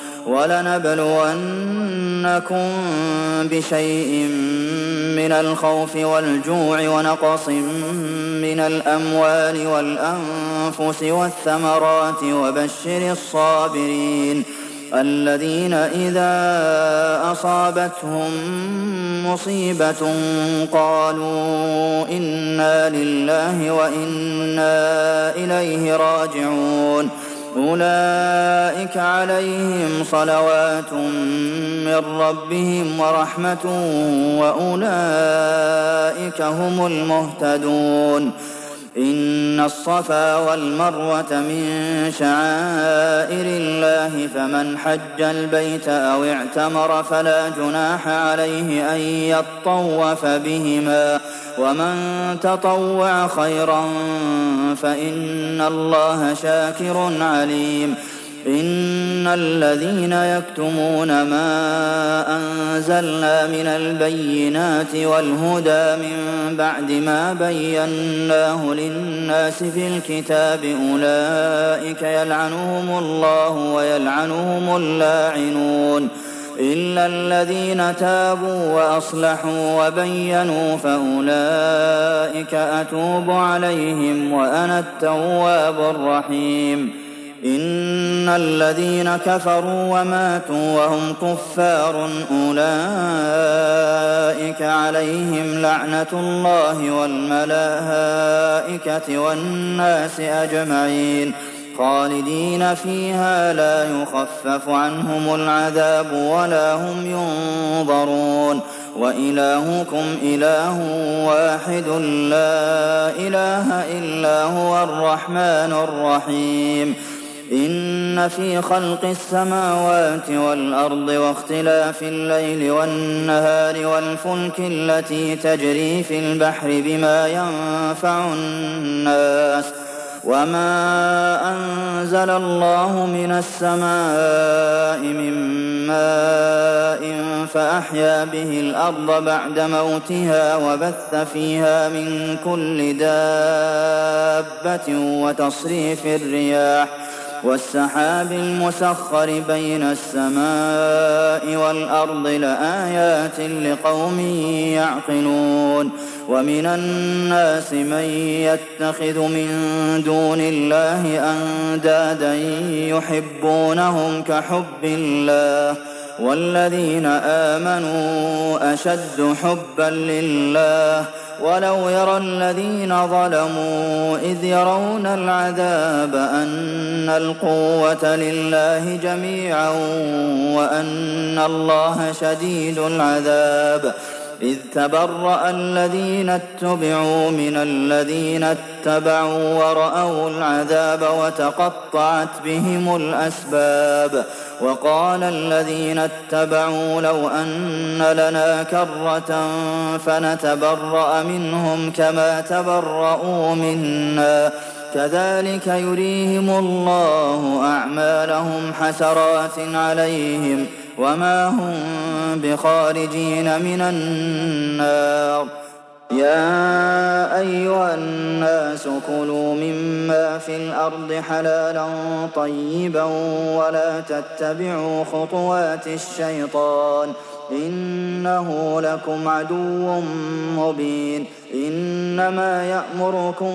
ولنبلونكم بشيء من الخوف والجوع ونقص من الأموال والأنفس والثمرات وبشر الصابرين الذين إذا أصابتهم مصيبة قالوا إنا لله وإنا إليه راجعون أولئك عليهم صلوات من ربهم ورحمة وأولئك هم المهتدون إن الصفا والمروة من شعائر الله فمن حج البيت أو اعتمر فلا جناح عليه أن يطوف بهما ومن تطوع خيرا فإن الله شاكر عليم إن الذين يكتمون ما أنزلنا من البينات والهدى من بعد ما بيناه للناس في الكتاب أولئك يلعنهم الله ويلعنهم اللاعنون إلا الذين تابوا وأصلحوا وبينوا فأولئك أتوب عليهم وأنا التواب الرحيم إن الذين كفروا وماتوا وهم كفار أولئك عليهم لعنة الله والملائكة والناس أجمعين خالدين فيها لا يخفف عنهم العذاب ولا هم ينظرون وإلهكم إله واحد لا إله إلا هو الرحمن الرحيم إن في خلق السماوات والأرض واختلاف الليل والنهار والفلك التي تجري في البحر بما ينفع الناس وما أنزل الله من السماء من ماء فأحيا به الأرض بعد موتها وبث فيها من كل دابة وتصريف الرياح والسحاب المسخر بين السماء والأرض لآيات لقوم يعقلون ومن الناس من يتخذ من دون الله أندادا يحبونهم كحب الله والذين آمنوا أشد حبا لله ولو يرى الذين ظلموا إذ يرون العذاب أن القوة لله جميعا وأن الله شديد العذاب إذ تبرأ الذين اتبعوا من الذين اتبعوا ورأوا العذاب وتقطعت بهم الأسباب وقال الذين اتبعوا لو أن لنا كرة فنتبرأ منهم كما تبرؤوا منا كذلك يريهم الله أعمالهم حسرات عليهم وما هم بخارجين من النار يا أيها الناس كلوا مما في الأرض حلالا طيبا ولا تتبعوا خطوات الشيطان إنه لكم عدو مبين إنما يأمركم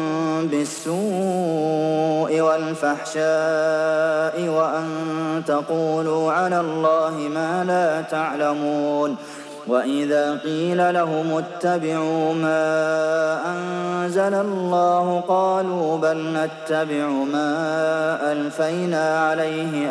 بالسوء والفحشاء وأن تقولوا على الله ما لا تعلمون وإذا قيل لهم اتبعوا ما أنزل الله قالوا بل نتبع ما ألفينا عليه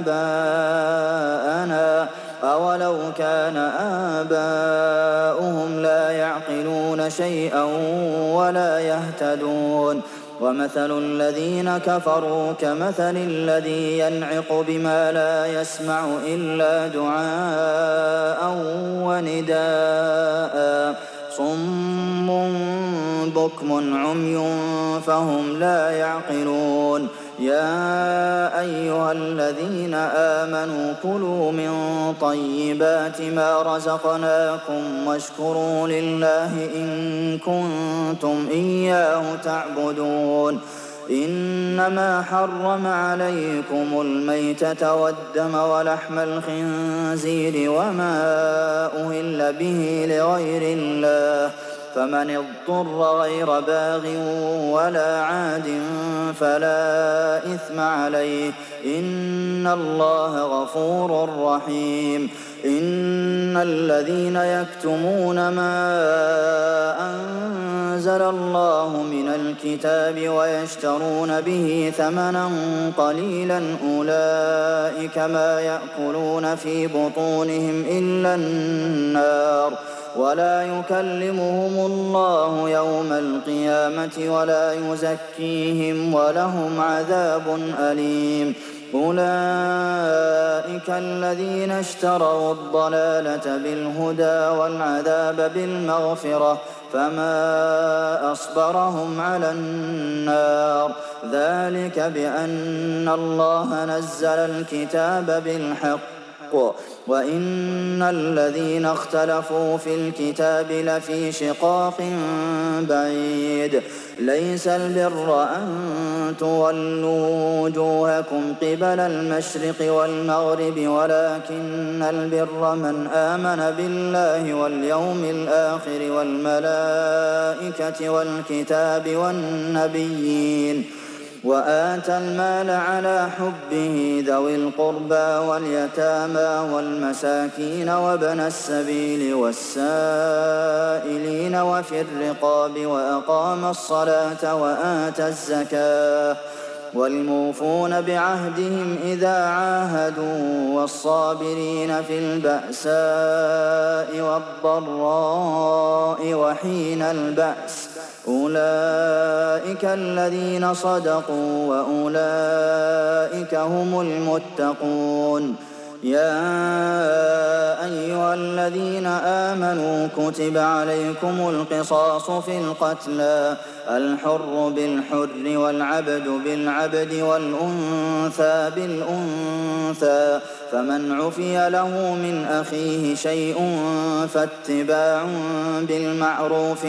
آباءنا أولو كان آباؤهم لا يعقلون شيئا ولا يهتدون ومثل الذين كفروا كمثل الذي ينعق بما لا يسمع إلا دعاء ونداء صم بكم عمي فهم لا يعقلون يا أيها الذين آمنوا كلوا من طيبات ما رزقناكم واشكروا لله إن كنتم إياه تعبدون إنما حرم عليكم الميتة والدم ولحم الخنزير وما أهل به لغير الله فمن اضطر غير باغ ولا عاد فلا إثم عليه إن الله غفور رحيم إن الذين يكتمون ما أنزل الله من الكتاب ويشترون به ثمنا قليلا أولئك ما يأكلون في بطونهم إلا النار ولا يكلمهم الله يوم القيامة ولا يزكيهم ولهم عذاب أليم أولئك الذين اشتروا الضلالة بالهدى والعذاب بالمغفرة فما أصبرهم على النار ذلك بأن الله نزل الكتاب بالحق وإن الذين اختلفوا في الكتاب لفي شقاق بعيد ليس البر أن تولوا وجوهكم قبل المشرق والمغرب ولكن البر من آمن بالله واليوم الآخر والملائكة والكتاب والنبيين وآتى المال على حبه ذوي القربى واليتامى والمساكين وابن السبيل والسائلين وفي الرقاب وأقام الصلاة وآتى الزكاة والموفون بعهدهم إذا عاهدوا والصابرين في البأساء والضراء وحين البأس أولئك الذين صدقوا وأولئك هم المتقون يا أيها الذين آمنوا كتب عليكم القصاص في القتلى الحر بالحر والعبد بالعبد والأنثى بالأنثى فمن عفي له من أخيه شيء فاتباع بالمعروف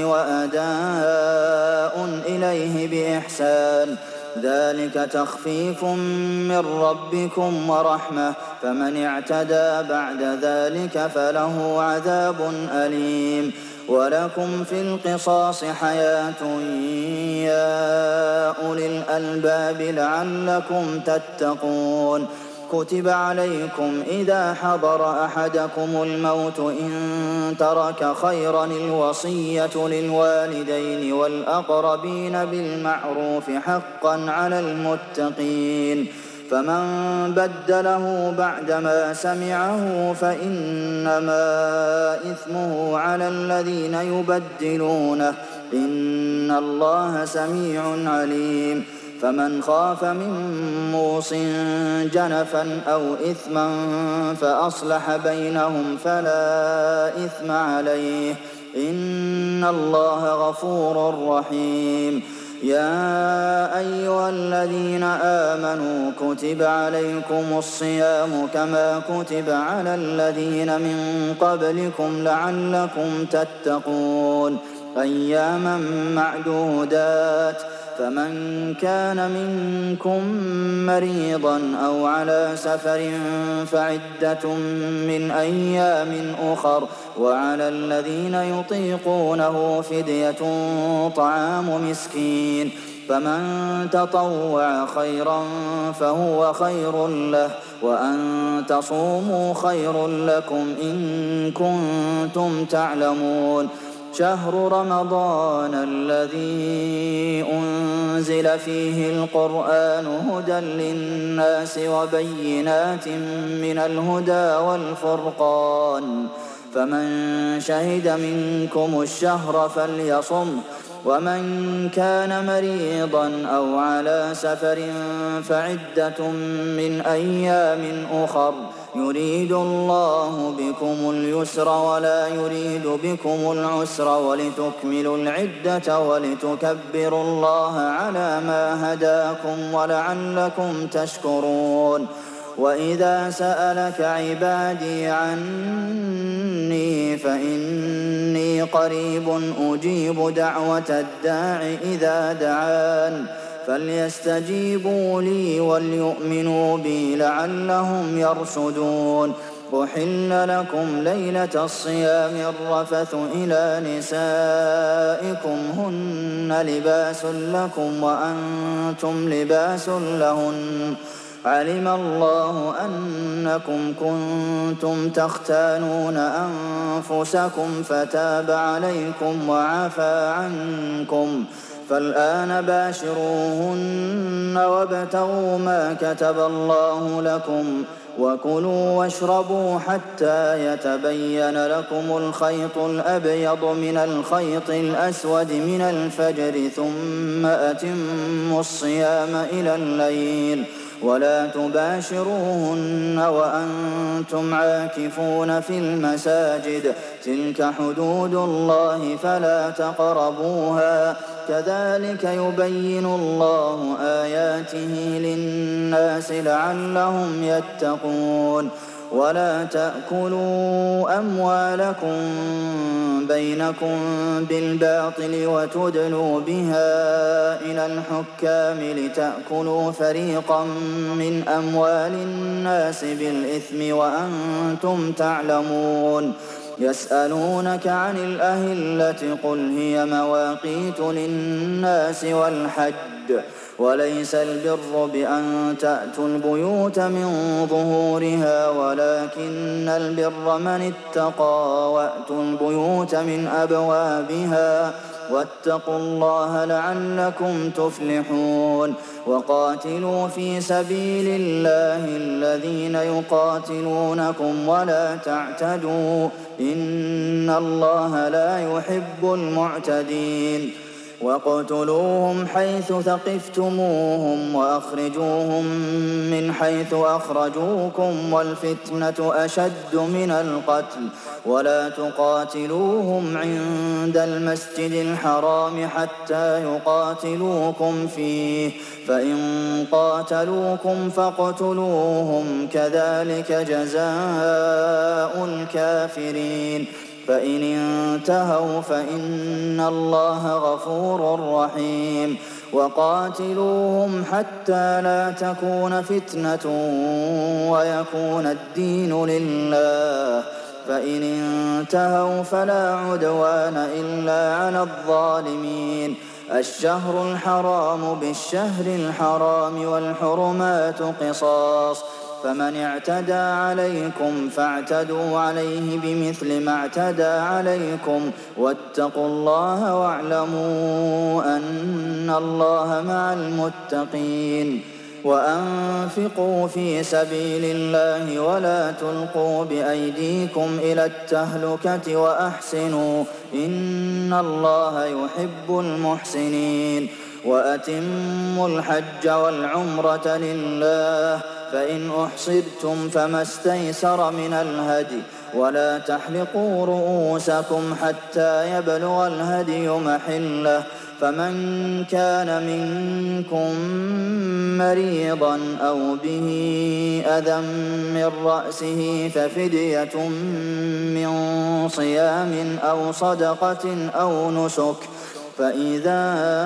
وأداء إليه بإحسان ذلك تخفيف من ربكم ورحمة فمن اعتدى بعد ذلك فله عذاب أليم ولكم في القصاص حياة يا أولي الألباب لعلكم تتقون كتب عليكم إذا حضر أحدكم الموت إن ترك خيرا الوصية للوالدين والأقربين بالمعروف حقا على المتقين فمن بدله بعدما سمعه فإنما إثمه على الذين يبدلونه إن الله سميع عليم فمن خاف من موص جنفا أو إثما فأصلح بينهم فلا إثم عليه إن الله غفور رحيم يا أيها الذين آمنوا كتب عليكم الصيام كما كتب على الذين من قبلكم لعلكم تتقون أياما معدودات فمن كان منكم مريضا أو على سفر فعدة من أيام أخر وعلى الذين يطيقونه فدية طعام مسكين فمن تطوع خيرا فهو خير له وأن تصوموا خير لكم إن كنتم تعلمون شهر رمضان الذي أنزل فيه القرآن هدى للناس وبينات من الهدى والفرقان فمن شهد منكم الشهر فليصم ومن كان مريضا أو على سفر فعدة من أيام أخر يريد الله بكم اليسر ولا يريد بكم العسر ولتكملوا العدة ولتكبروا الله على ما هداكم ولعلكم تشكرون وإذا سألك عبادي عني فإني قريب أجيب دعوة الداع إذا دعان فليستجيبوا لي وليؤمنوا بي لعلهم يرشدون أحل لكم ليلة الصيام الرفث إلى نسائكم هن لباس لكم وأنتم لباس لهن علم الله أنكم كنتم تختانون أنفسكم فتاب عليكم وعفى عنكم فالآن باشروهن وابتغوا ما كتب الله لكم وكلوا واشربوا حتى يتبين لكم الخيط الأبيض من الخيط الأسود من الفجر ثم أتموا الصيام إلى الليل ولا تباشروهن وأنتم عاكفون في المساجد تلك حدود الله فلا تقربوها كذلك يبين الله آياته للناس لعلهم يتقون ولا تأكلوا أموالكم بينكم بالباطل وتدلوا بها إلى الحكام لتأكلوا فريقا من أموال الناس بالإثم وأنتم تعلمون يسألونك عن الأهلة قل هي مواقيت للناس والحج وليس البر بأن تأتوا البيوت من ظهورها ولكن البر من اتقى وأتوا البيوت من أبوابها واتقوا الله لعلكم تفلحون وقاتلوا في سبيل الله الذين يقاتلونكم ولا تعتدوا إن الله لا يحب المعتدين واقتلوهم حيث ثقفتموهم وأخرجوهم من حيث أخرجوكم والفتنة أشد من القتل ولا تقاتلوهم عند المسجد الحرام حتى يقاتلوكم فيه فإن قاتلوكم فاقتلوهم كذلك جزاء الكافرين فإن انتهوا فإن الله غفور رحيم وقاتلوهم حتى لا تكون فتنة ويكون الدين لله فإن انتهوا فلا عدوان إلا على الظالمين الشهر الحرام بالشهر الحرام والحرمات قصاص فمن اعتدى عليكم فاعتدوا عليه بمثل ما اعتدى عليكم واتقوا الله واعلموا أن الله مع المتقين وأنفقوا في سبيل الله ولا تلقوا بأيديكم إلى التهلكة وأحسنوا إن الله يحب المحسنين وأتموا الحج والعمرة لله فإن أحصرتم فما استيسر من الهدي ولا تحلقوا رؤوسكم حتى يبلغ الهدي محله فمن كان منكم مريضا أو به أذى من رأسه ففدية من صيام أو صدقة أو نسك فإذا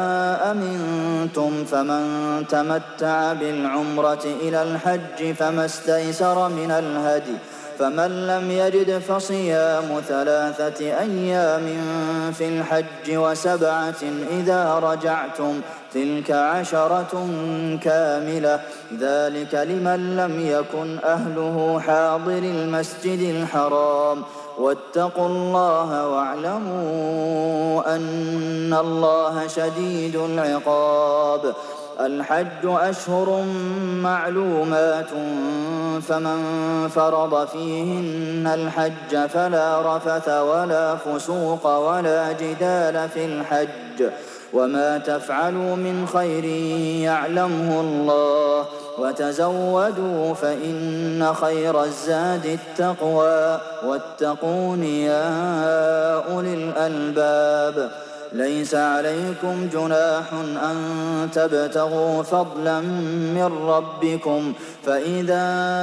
أمنتم فمن تمتع بالعمرة إلى الحج فما استيسر من الهدي فمن لم يجد فصيام 3 أيام في الحج وسبعة إذا رجعتم تلك 10 كاملة ذلك لمن لم يكن أهله حاضر المسجد الحرام واتقوا الله واعلموا أن الله شديد العقاب الحج أشهر معلومات فمن فرض فيهن الحج فلا رفث ولا فسوق ولا جدال في الحج وما تفعلوا من خير يعلمه الله وتزودوا فإن خير الزاد التقوى واتقون يا أولي الألباب ليس عليكم جناح أن تبتغوا فضلا من ربكم فإذا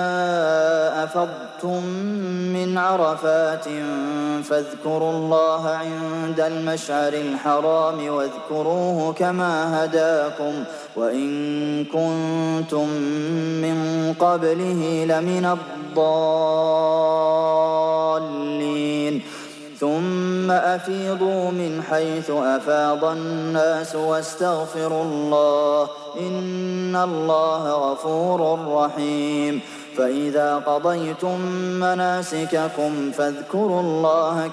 أفضتم من عرفات فاذكروا الله عند المشعر الحرام واذكروه كما هداكم وإن كنتم من قبله لمن الضالين ثم أفيضوا من حيث أفاض الناس واستغفروا الله إن الله غفور رحيم فإذا قضيتم مناسككم فاذكروا الله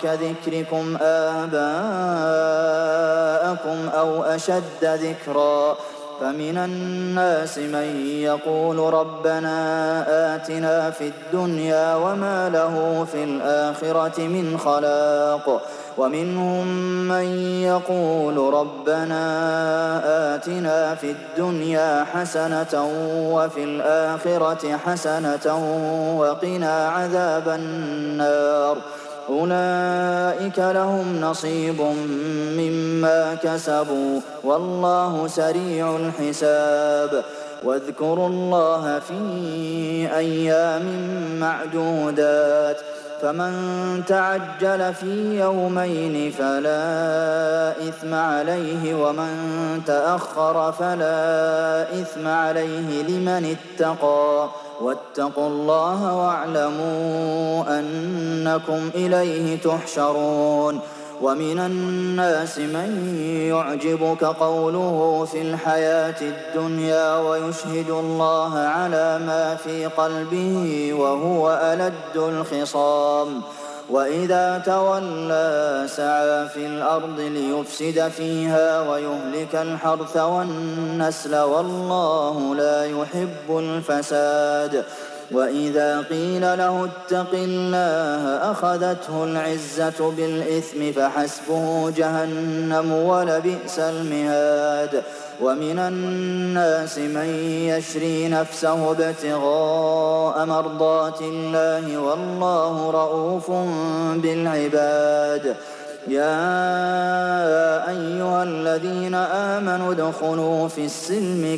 كذكركم آباءكم أو أشد ذكرا فمن الناس من يقول ربنا آتنا في الدنيا وما له في الآخرة من خلاق ومنهم من يقول ربنا آتنا في الدنيا حسنة وفي الآخرة حسنة وقنا عذاب النار أولئك لهم نصيب مما كسبوا والله سريع الحساب واذكروا الله في أيام معدودات فمن تعجل في يومين فلا إثم عليه ومن تأخر فلا إثم عليه لمن اتقى واتقوا الله واعلموا أنكم إليه تحشرون ومن الناس من يعجبك قوله في الحياة الدنيا ويشهد الله على ما في قلبه وهو ألد الخصام وإذا تولى سعى في الأرض ليفسد فيها ويهلك الحرث والنسل والله لا يحب الفساد وإذا قيل له اتق الله أخذته العزة بالإثم فحسبه جهنم ولبئس المهاد ومن الناس من يشري نفسه ابتغاء مرضات الله والله رءوف بالعباد يا أيها الذين آمنوا ادخلوا في السلم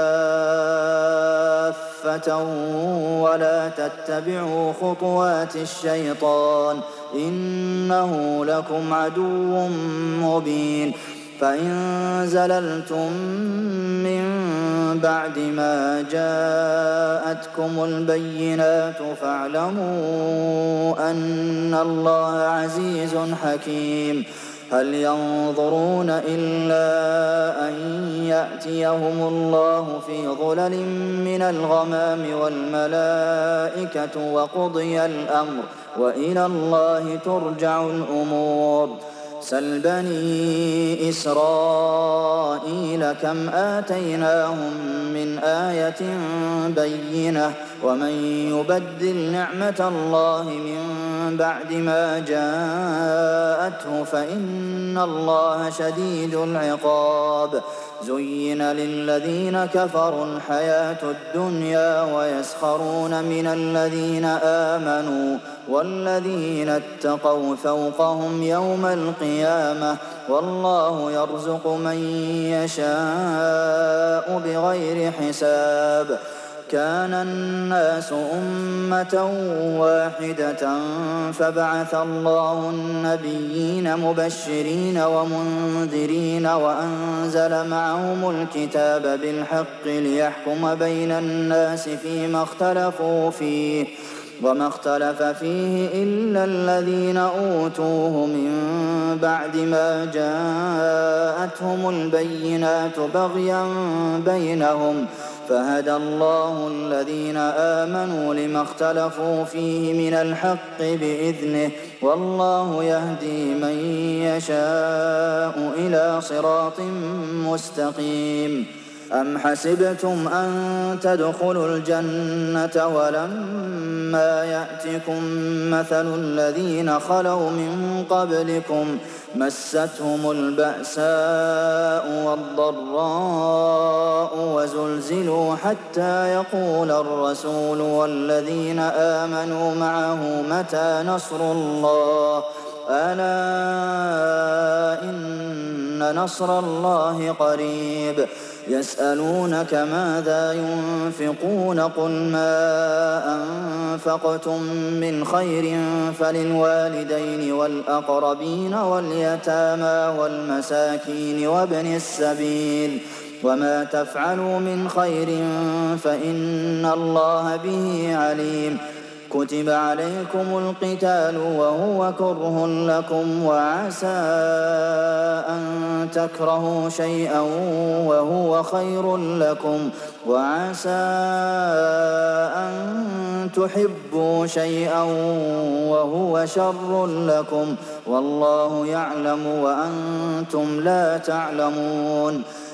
كافة ولا تتبعوا خطوات الشيطان إنه لكم عدو مبين فإن زللتم من بعد ما جاءتكم البينات فاعلموا أن الله عزيز حكيم هل ينظرون إلا أن يأتيهم الله في ظلل من الغمام والملائكة وقضي الأمر وإلى الله ترجع الأمور سل بني إسرائيل كم آتيناهم من آية بينة ومن يبدل نعمة الله من بعد ما جاءته فإن الله شديد العقاب زين للذين كفروا الحياة الدنيا ويسخرون من الذين آمنوا والذين اتقوا فوقهم يوم القيامة والله يرزق من يشاء بغير حساب كان الناس أمة واحدة فبعث الله النبيين مبشرين ومنذرين وأنزل معهم الكتاب بالحق ليحكم بين الناس فيما اختلفوا فيه وما اختلف فيه إلا الذين أوتوه من بعد ما جاءتهم البينات بغيا بينهم فهدى الله الذين آمنوا لما اختلفوا فيه من الحق بإذنه والله يهدي من يشاء إلى صراط مستقيم أم حسبتم أن تدخلوا الجنة ولما يأتكم مثل الذين خلوا من قبلكم مستهم البأساء والضراء وزلزلوا حتى يقول الرسول والذين آمنوا معه متى نصر الله ألا إن نصر الله قريب يسألونك ماذا ينفقون قل ما أنفقتم من خير فللوالدين والأقربين واليتامى والمساكين وابن السبيل وما تفعلوا من خير فإن الله به عليم كتب عليكم القتال وهو كره لكم وعسى أن تكرهوا شيئا وهو خير لكم وعسى أن تحبوا شيئا وهو شر لكم والله يعلم وأنتم لا تعلمون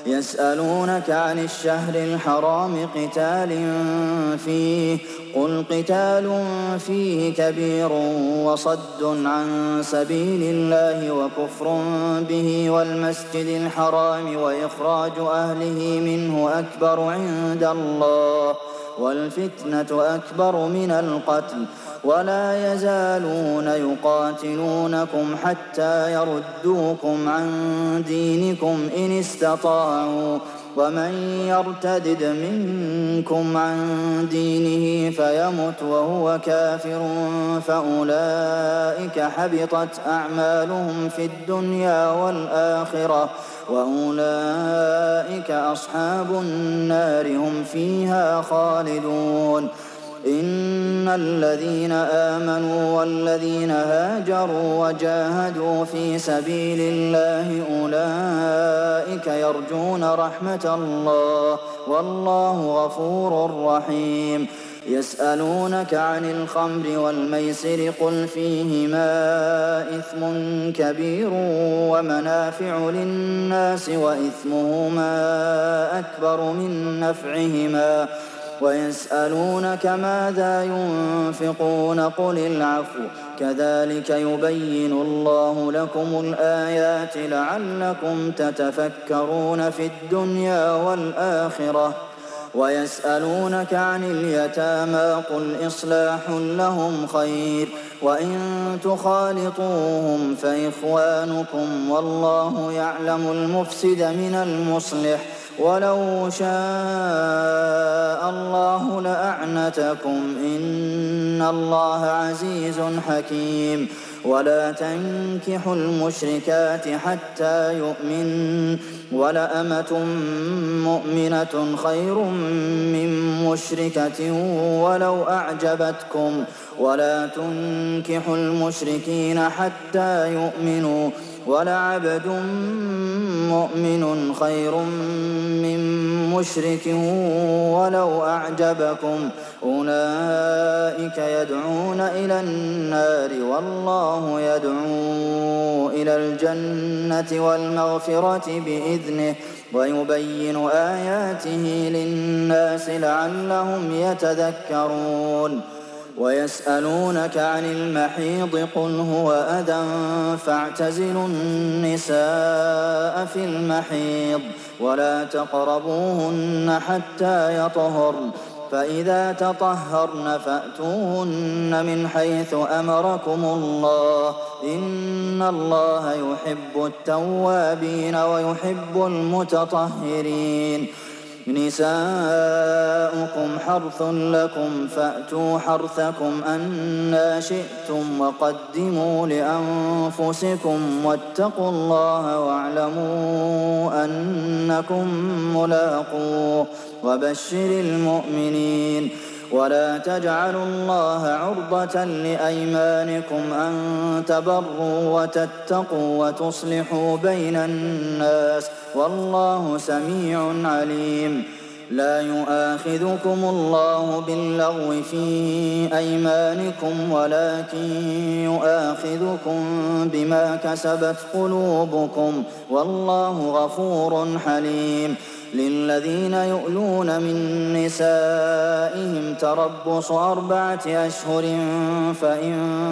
يسألونك عن الشهر الحرام قتال فيه قل قتال فيه كبير وصد عن سبيل الله وكفر به والمسجد الحرام وإخراج أهله منه أكبر عند الله والفتنة أكبر من القتل ولا يزالون يقاتلونكم حتى يردوكم عن دينكم إن استطاعوا ومن يرتدد منكم عن دينه فيمت وهو كافر فأولئك حبطت أعمالهم في الدنيا والآخرة وأولئك أصحاب النار هم فيها خالدون إن الذين آمنوا والذين هاجروا وجاهدوا في سبيل الله أولئك يرجون رحمة الله والله غفور رحيم يسألونك عن الخمر والميسر قل فيهما إثم كبير ومنافع للناس وإثمهما أكبر من نفعهما ويسألونك ماذا ينفقون قل العفو كذلك يبين الله لكم الآيات لعلكم تتفكرون في الدنيا والآخرة ويسألونك عن اليتامى قل إصلاح لهم خير وإن تخالطوهم فإخوانكم والله يعلم المفسد من المصلح ولو شاء الله لأعنتكم إن الله عزيز حكيم ولا تنكحوا المشركات حتى يؤمن ولأمة مؤمنة خير من مشركة ولو أعجبتكم ولا تنكحوا المشركين حتى يؤمنوا ولعبد مؤمن خير من مشرك ولو أعجبكم أولئك يدعون إلى النار والله يدعو إلى الجنة والمغفرة بإذنه ويبين آياته للناس لعلهم يتذكرون ويسألونك عن المحيض قل هو أذى فاعتزلوا النساء في المحيض ولا تقربوهن حتى يطهرن فإذا تطهرن فأتوهن من حيث أمركم الله إن الله يحب التوابين ويحب المتطهرين نساؤكم حرث لكم فأتوا حرثكم أنى شئتم وقدموا لأنفسكم واتقوا الله واعلموا أنكم ملاقوه وبشر المؤمنين ولا تجعلوا الله عرضة لأيمانكم أن تبروا وتتقوا وتصلحوا بين الناس والله سميع عليم لا يؤاخذكم الله باللغو في أيمانكم ولكن يؤاخذكم بما كسبت قلوبكم والله غفور حليم للذين يؤلون من نسائهم تربص 4 أشهر فإن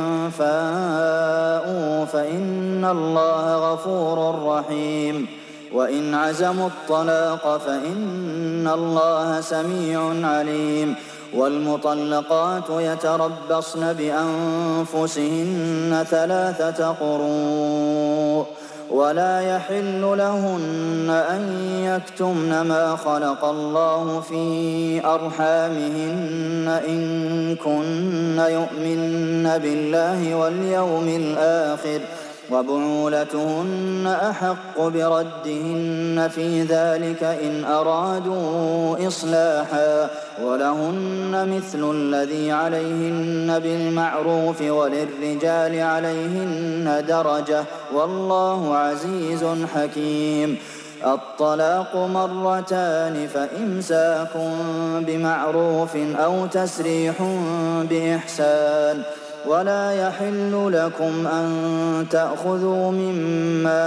فاءوا فإن الله غفور رحيم وإن عزموا الطلاق فإن الله سميع عليم والمطلقات يتربصن بأنفسهن 3 قروء ولا يحل لهن أن يكتمن ما خلق الله في أرحامهن إن كن يؤمن بالله واليوم الآخر وبعولتهن أحق بردهن في ذلك إن أرادوا إصلاحا ولهن مثل الذي عليهن بالمعروف وللرجال عليهن درجة والله عزيز حكيم الطلاق 2 فإمساك بمعروف أو تسريح بإحسان ولا يحل لكم أن تأخذوا مما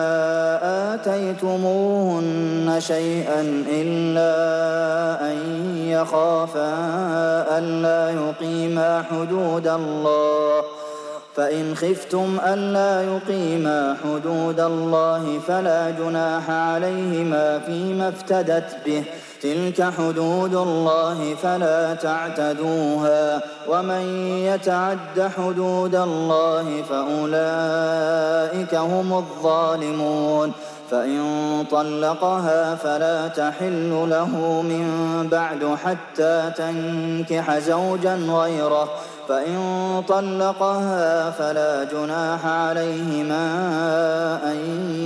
آتيتموهن شيئا إلا أن يخافا ألا يقيما حدود الله، فإن خفتم ألا يقيما حدود الله فلا جناح عليهما فيما افتدت به، تلك حدود الله فلا تعتدوها، ومن يتعد حدود الله فأولئك هم الظالمون. فإن طلقها فلا تحل له من بعد حتى تنكح زوجا غيره، فإن طلقها فلا جناح عليهما أن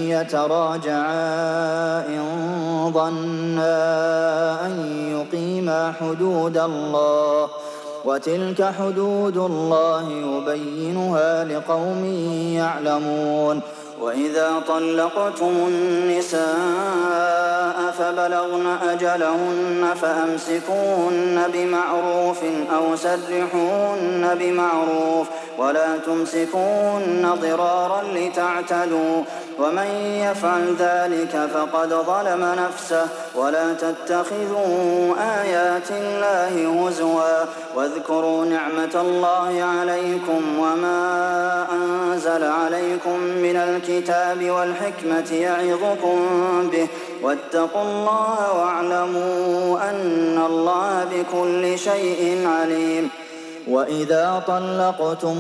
يتراجعا إن ظنا أن يقيما حدود الله، وتلك حدود الله يبينها لقوم يعلمون. وإذا طلقتم النساء فبلغن أجلهن فأمسكوهن بمعروف أو سرحوهن بمعروف، ولا تمسكوهن ضرارا لتعتدوا، ومن يفعل ذلك فقد ظلم نفسه. ولا تتخذوا آيات الله هزوا، واذكروا نعمة الله عليكم وما أنزل عليكم من الكتاب والحكمة يعظكم به، واتقوا الله واعلموا أن الله بكل شيء عليم. وإذا طلقتم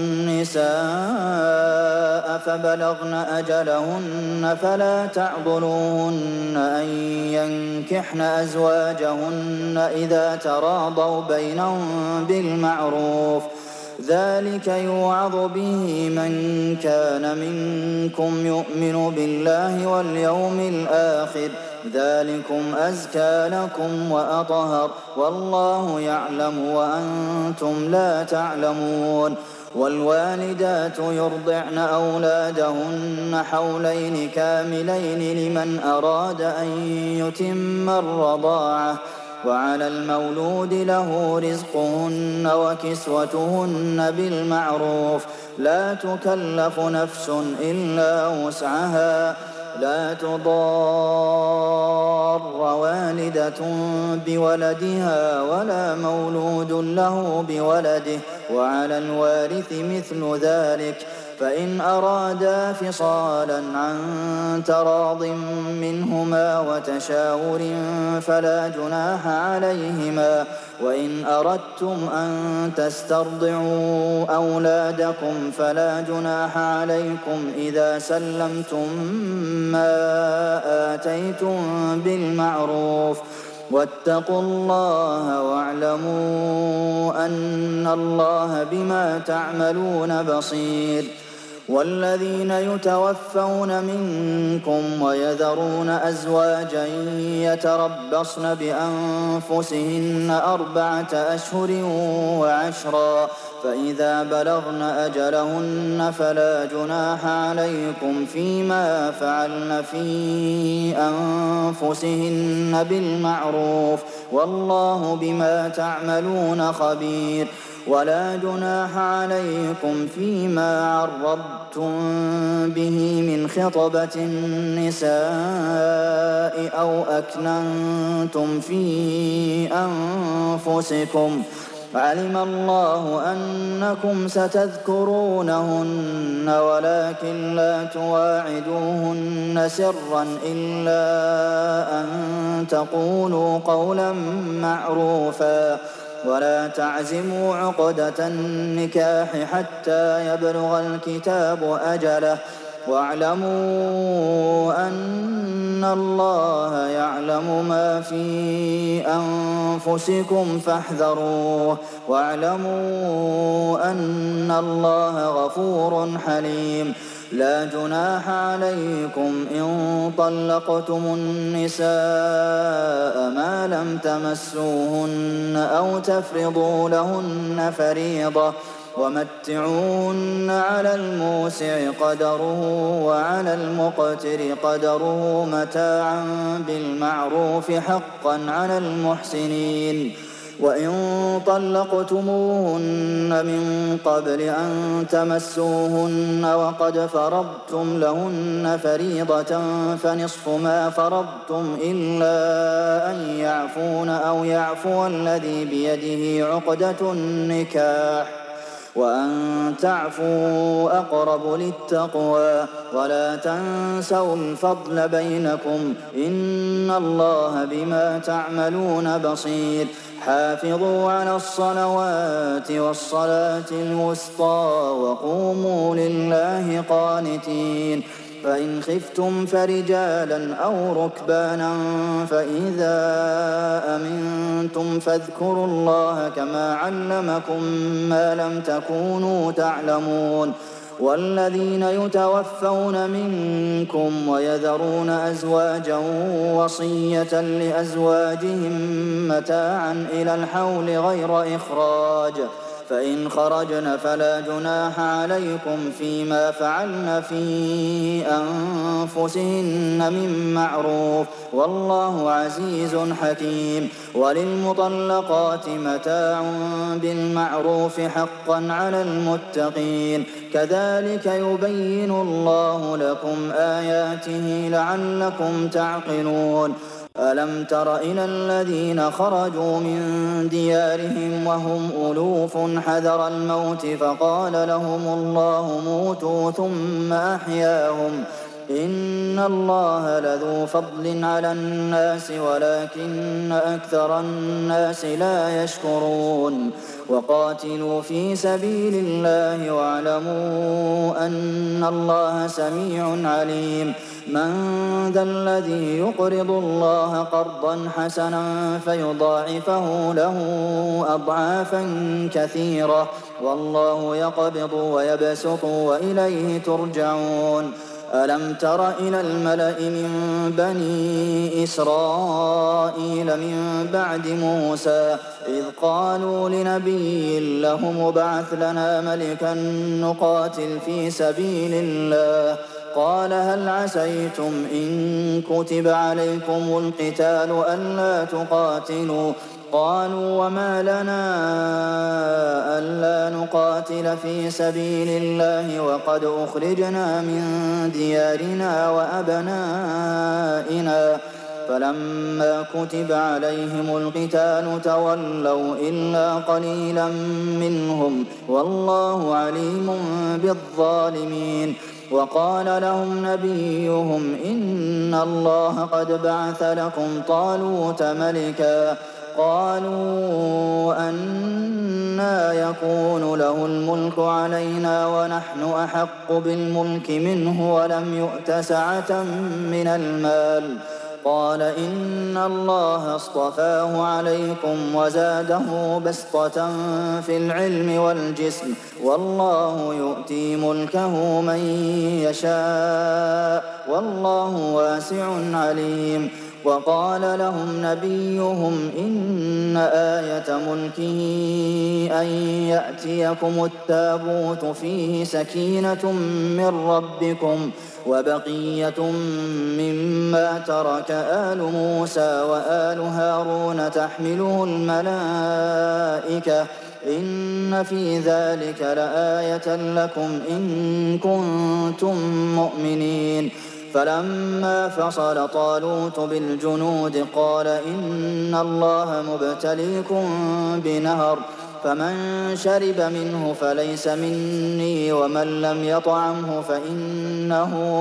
النساء فبلغن أجلهن فلا تعضلوهن أن ينكحن أزواجهن إذا تراضوا بينهم بالمعروف، ذلك يوعظ به من كان منكم يؤمن بالله واليوم الآخر، ذلكم أزكى لكم وأطهر، والله يعلم وأنتم لا تعلمون. والوالدات يرضعن أولادهن حولين كاملين لمن أراد أن يتم الرضاعة، وعلى المولود له رزقهن وكسوتهن بالمعروف، لا تكلف نفس إلا وسعها، لا تضار والدة بولدها ولا مولود له بولده، وعلى الوارث مثل ذلك، فإن أرادا فصالا عن تراض منهما وتشاور فلا جناح عليهما. وإن أردتم أن تسترضعوا أولادكم فلا جناح عليكم إذا سلمتم ما آتيتم بالمعروف، واتقوا الله واعلموا أن الله بما تعملون بصير. والذين يتوفون منكم ويذرون أزواجا يتربصن بأنفسهن 4 أشهر وعشرا، فإذا بلغن أجلهن فلا جناح عليكم فيما فعلن في أنفسهن بالمعروف، والله بما تعملون خبير. ولا جناح عليكم فيما عرضتم به من خطبة النساء أو أكننتم في أنفسكم، علم الله أنكم ستذكرونهن ولكن لا تواعدوهن سرا إلا أن تقولوا قولا معروفا، ولا تعزموا عقدة النكاح حتى يبلغ الكتاب أجله، واعلموا أن الله يعلم ما في أنفسكم فاحذروه، واعلموا أن الله غفور حليم. لا جناح عليكم إن طلقتم النساء ما لم تمسوهن أو تفرضوا لهن فريضة، ومتعوهن على الموسع قدره وعلى المقتر قدره متاعا بالمعروف حقا على المحسنين. وإن طلقتموهن من قبل أن تمسوهن وقد فرضتم لهن فريضة فنصف ما فرضتم إلا أن يعفون أو يعفو الذي بيده عقدة النكاح وأن تعفوا أقرب للتقوى ولا تنسوا الفضل بينكم إن الله بما تعملون بصير حافظوا على الصلوات والصلاة الوسطى وقوموا لله قانتين فإن خفتم فرجالا أو ركبانا فإذا أمنتم فاذكروا الله كما علمكم ما لم تكونوا تعلمون والذين يتوفون منكم ويذرون أزواجا وصية لأزواجهم متاعا إلى الحول غير إخراج فإن خرجن فلا جناح عليكم فيما فعلن في أنفسهن من معروف والله عزيز حكيم وللمطلقات متاع بالمعروف حقا على المتقين كذلك يبين الله لكم آياته لعلكم تعقلون ألم تر إلى الذين خرجوا من ديارهم وهم ألوف حذر الموت فقال لهم الله موتوا ثم أحياهم إن الله لذو فضل على الناس ولكن أكثر الناس لا يشكرون وقاتلوا في سبيل الله واعلموا أن الله سميع عليم من ذا الذي يقرض الله قرضا حسنا فيضاعفه له أضعافا كثيرة والله يقبض ويبسط وإليه ترجعون ألم تر إلى الملأ من بني إسرائيل من بعد موسى إذ قالوا لنبي له ابعث لنا ملكا نقاتل في سبيل الله قال هل عسيتم إن كتب عليكم القتال ألا تقاتلوا قالوا وما لنا ألا نقاتل في سبيل الله وقد أخرجنا من ديارنا وأبنائنا فلما كتب عليهم القتال تولوا إلا قليلا منهم والله عليم بالظالمين وقال لهم نبيهم إن الله قد بعث لكم طالوت ملكا قالوا أنى يكون له الملك علينا ونحن أحق بالملك منه ولم يؤت سعة من المال قال إن الله اصطفاه عليكم وزاده بسطة في العلم والجسم والله يؤتي ملكه من يشاء والله واسع عليم وقال لهم نبيهم إن آية ملكه أن يأتيكم التابوت فيه سكينة من ربكم وبقية مما ترك آل موسى وآل هارون تحمله الملائكة إن في ذلك لآية لكم إن كنتم مؤمنين فلما فصل طالوت بالجنود قال إن الله مبتليكم بنهر فمن شرب منه فليس مني ومن لم يطعمه فإنه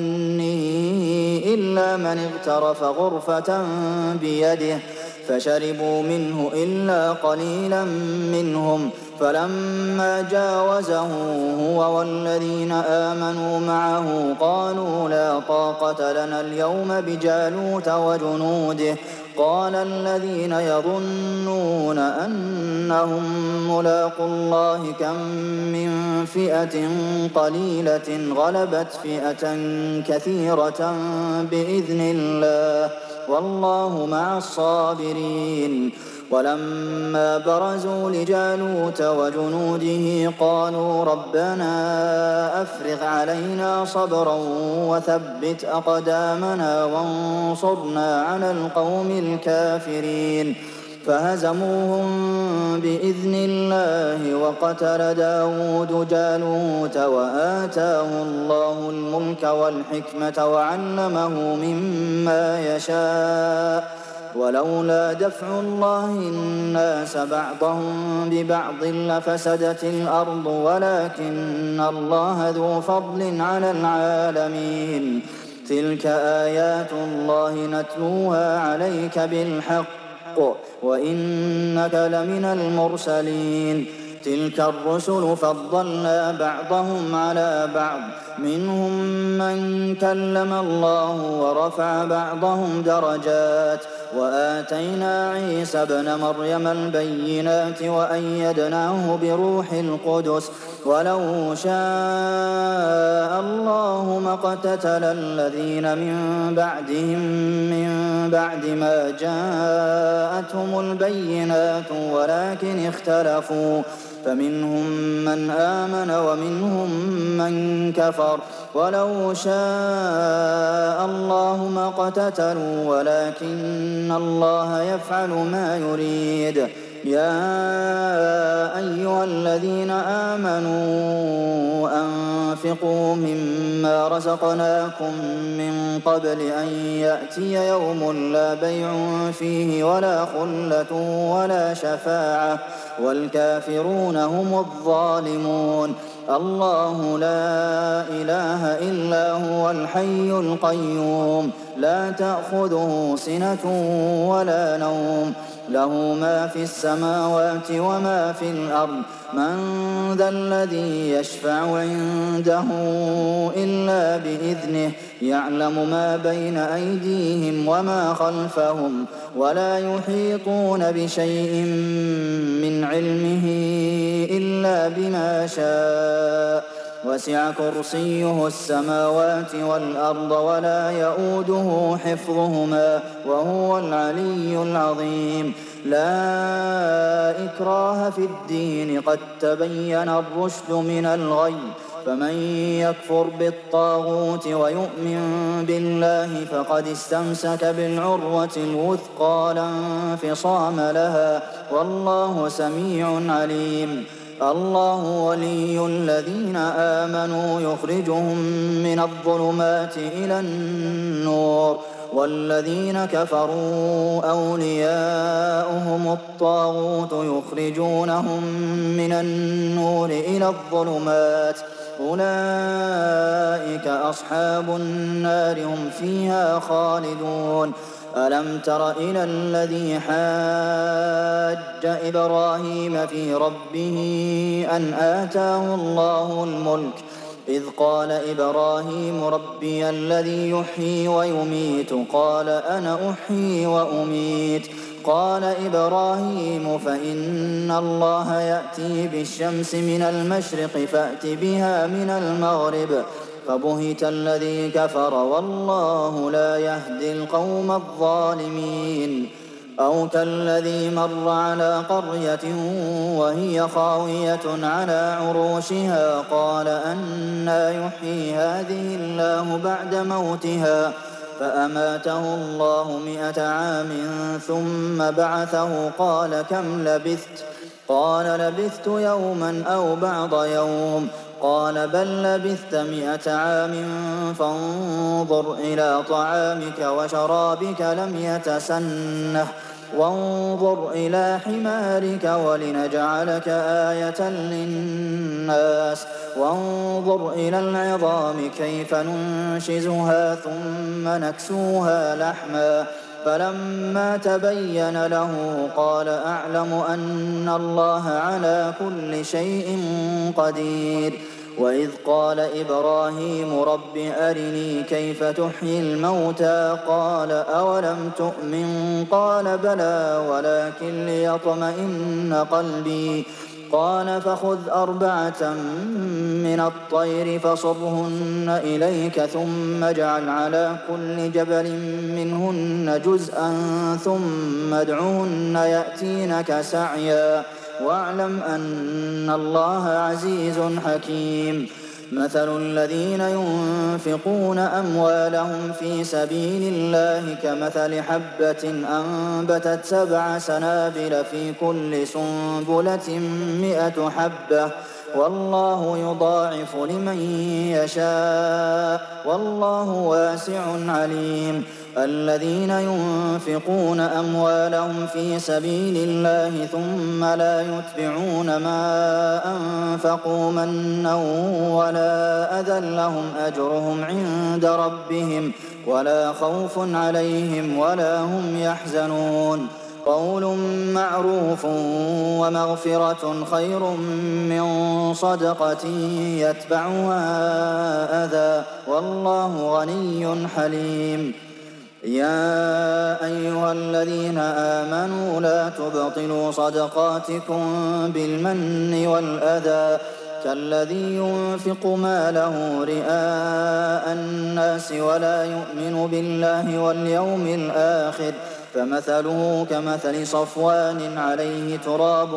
مني إلا من اغترف غرفة بيده فشربوا منه إلا قليلا منهم فلما جاوزه هو والذين آمنوا معه قالوا لا طاقة لنا اليوم بجالوت وجنوده قال الذين يظنون أنهم ملاقوا الله كم من فئة قليلة غلبت فئة كثيرة بإذن الله والله مع الصابرين ولما برزوا لجالوت وجنوده قالوا ربنا أفرغ علينا صبرا وثبت أقدامنا وانصرنا على القوم الكافرين فهزموهم بإذن الله وقتل داود جالوت وآتاه الله الملك والحكمة وعلمه مما يشاء ولولا دفع الله الناس بعضهم ببعض لفسدت الأرض ولكن الله ذو فضل على العالمين تلك آيات الله نتلوها عليك بالحق وإنك لمن المرسلين تلك الرسل فضلنا بعضهم على بعض منهم من كلم الله ورفع بعضهم درجات وآتينا عيسى ابن مريم البينات وأيدناه بروح القدس ولو شاء الله ما اقتتل الذين من بعدهم من بعد ما جاءتهم البينات ولكن اختلفوا فمنهم من آمن ومنهم من كفر ولو شاء الله ما اقتتلوا ولكن الله يفعل ما يريد يا أيها الذين آمنوا أنفقوا مما رزقناكم من قبل أن يأتي يوم لا بيع فيه ولا خلة ولا شفاعة والكافرون هم الظالمون الله لا إله إلا هو الحي القيوم لا تأخذه سنة ولا نوم له ما في السماوات وما في الأرض من ذا الذي يشفع عنده إلا بإذنه يعلم ما بين أيديهم وما خلفهم ولا يحيطون بشيء من علمه إلا بما شاء وسع كرسيه السماوات والأرض ولا يئوده حفظهما وهو العلي العظيم لا إكراه في الدين قد تبين الرشد من الغي فمن يكفر بالطاغوت ويؤمن بالله فقد استمسك بالعروة الوثقى لا انفصام لها والله سميع عليم الله ولي الذين آمنوا يخرجهم من الظلمات إلى النور والذين كفروا أولياؤهم الطاغوت يخرجونهم من النور إلى الظلمات أولئك أصحاب النار هم فيها خالدون ألم تر إلى الذي حاج إبراهيم في ربه أن آتاه الله الملك إذ قال إبراهيم ربي الذي يحيي ويميت قال أنا أحيي وأميت قال إبراهيم فإن الله يأتي بالشمس من المشرق فأت بها من المغرب فبهت الذي كفر والله لا يهدي القوم الظالمين أو كالذي مر على قرية وهي خاوية على عروشها قال أنى يحيي هذه الله بعد موتها فأماته الله 100 عام ثم بعثه قال كم لبثت قال لبثت يوما أو بعض يوم قال بل لبثت 100 عام فانظر إلى طعامك وشرابك لم يتسنه وانظر إلى حمارك ولنجعلك آية للناس وانظر إلى العظام كيف ننشزها ثم نكسوها لحما فلما تبين له قال أعلم أن الله على كل شيء قدير وإذ قال إبراهيم رب أرني كيف تحيي الموتى قال أولم تؤمن قال بلى ولكن ليطمئن قلبي قال فخذ 4 من الطير فصرهن إليك ثم اجعل على كل جبل منهن جزءا ثم ادعهن يأتينك سعيا واعلم أن الله عزيز حكيم مثل الذين ينفقون أموالهم في سبيل الله كمثل حبة أنبتت 7 سنابل في كل سنبلة 100 حبة والله يضاعف لمن يشاء والله واسع عليم الذين ينفقون أموالهم في سبيل الله ثم لا يتبعون ما أنفقوا منا ولا أذى لهم أجرهم عند ربهم ولا خوف عليهم ولا هم يحزنون قول معروف ومغفرة خير من صدقة يتبعها أذى والله غني حليم يا أيها الذين آمنوا لا تبطلوا صدقاتكم بالمن والأذى كالذي ينفق ماله رئاء الناس ولا يؤمن بالله واليوم الآخر فمثله كمثل صفوان عليه تراب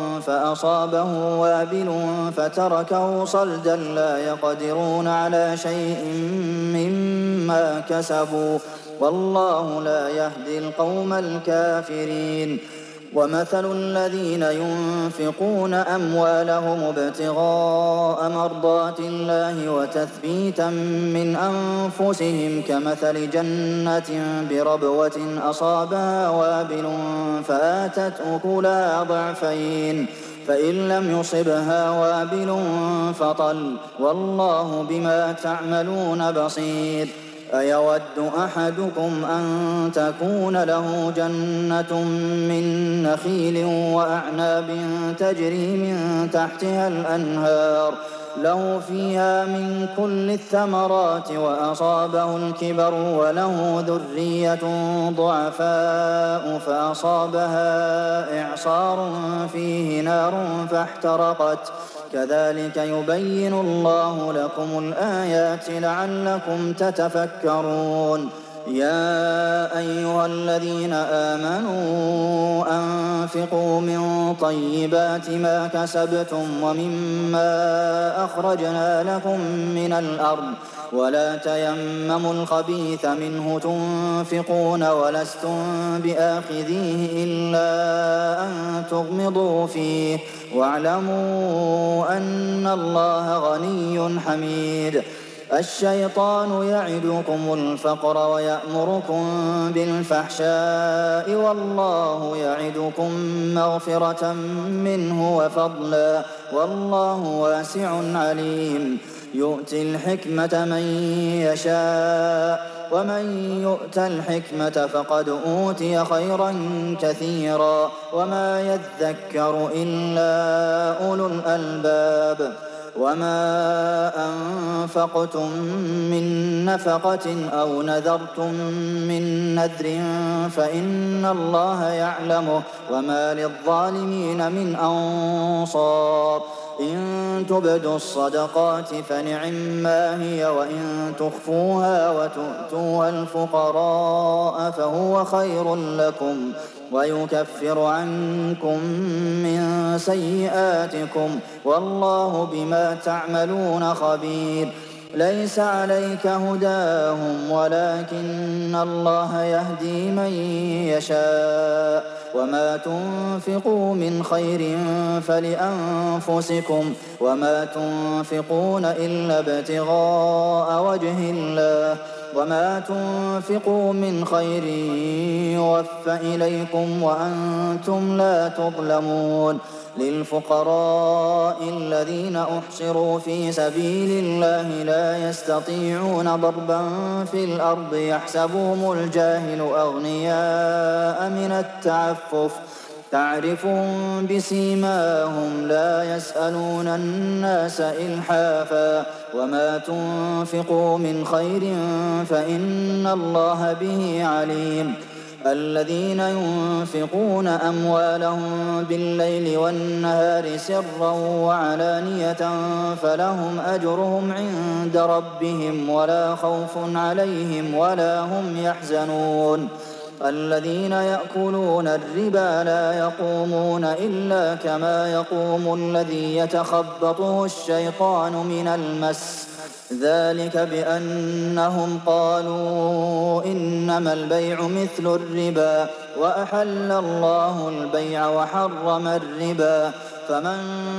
فأصابه وابل فتركه صلدا لا يقدرون على شيء مما كسبوا والله لا يهدي القوم الكافرين ومثل الذين ينفقون أموالهم ابتغاء مرضات الله وتثبيتا من أنفسهم كمثل جنة بربوة أصابها وابل فآتت أكلها ضعفين فإن لم يصبها وابل فطل والله بما تعملون بصير أيود أحدكم أن تكون له جنة من نخيل وأعناب تجري من تحتها الأنهار له فيها من كل الثمرات وأصابه الكبر وله ذرية ضعفاء فأصابها إعصار فيه نار فاحترقت كذلك يبين الله لكم الآيات لعلكم تتفكرون يا أيها الذين آمنوا أنفقوا من طيبات ما كسبتم ومما أخرجنا لكم من الأرض ولا تيمموا الخبيث منه تنفقون ولستم بآخذيه إلا أن تغمضوا فيه واعلموا أن الله غني حميد الشيطان يعدكم الفقر ويأمركم بالفحشاء والله يعدكم مغفرة منه وفضلا والله واسع عليم يؤتي الحكمة من يشاء ومن يؤت الحكمة فقد أوتي خيرا كثيرا وما يذكر إلا أولو الألباب وما أنفقتم من نفقة أو نذرتم من نذر فإن الله يعلمه وما للظالمين من أنصار إن تبدوا الصدقات فنعما هي وإن تخفوها وتؤتوها الفقراء فهو خير لكم ويكفر عنكم من سيئاتكم والله بما تعملون خبير ليس عليك هداهم ولكن الله يهدي من يشاء وما تنفقوا من خير فلأنفسكم وما تنفقون إلا ابتغاء وجه الله وما تنفقوا من خير يوفى إليكم وأنتم لا تظلمون للفقراء الذين أحصروا في سبيل الله لا يستطيعون ضربا في الأرض يحسبهم الجاهل أغنياء من التعفف تعرفهم بسيماهم لا يسألون الناس إلحافا وما تنفقوا من خير فإن الله به عليم الذين ينفقون أموالهم بالليل والنهار سرا وعلانية فلهم أجرهم عند ربهم ولا خوف عليهم ولا هم يحزنون الذين يأكلون الربا لا يقومون إلا كما يقوم الذي يتخبطه الشيطان من المس ذلك بأنهم قالوا إنما البيع مثل الربا وأحل الله البيع وحرم الربا فمن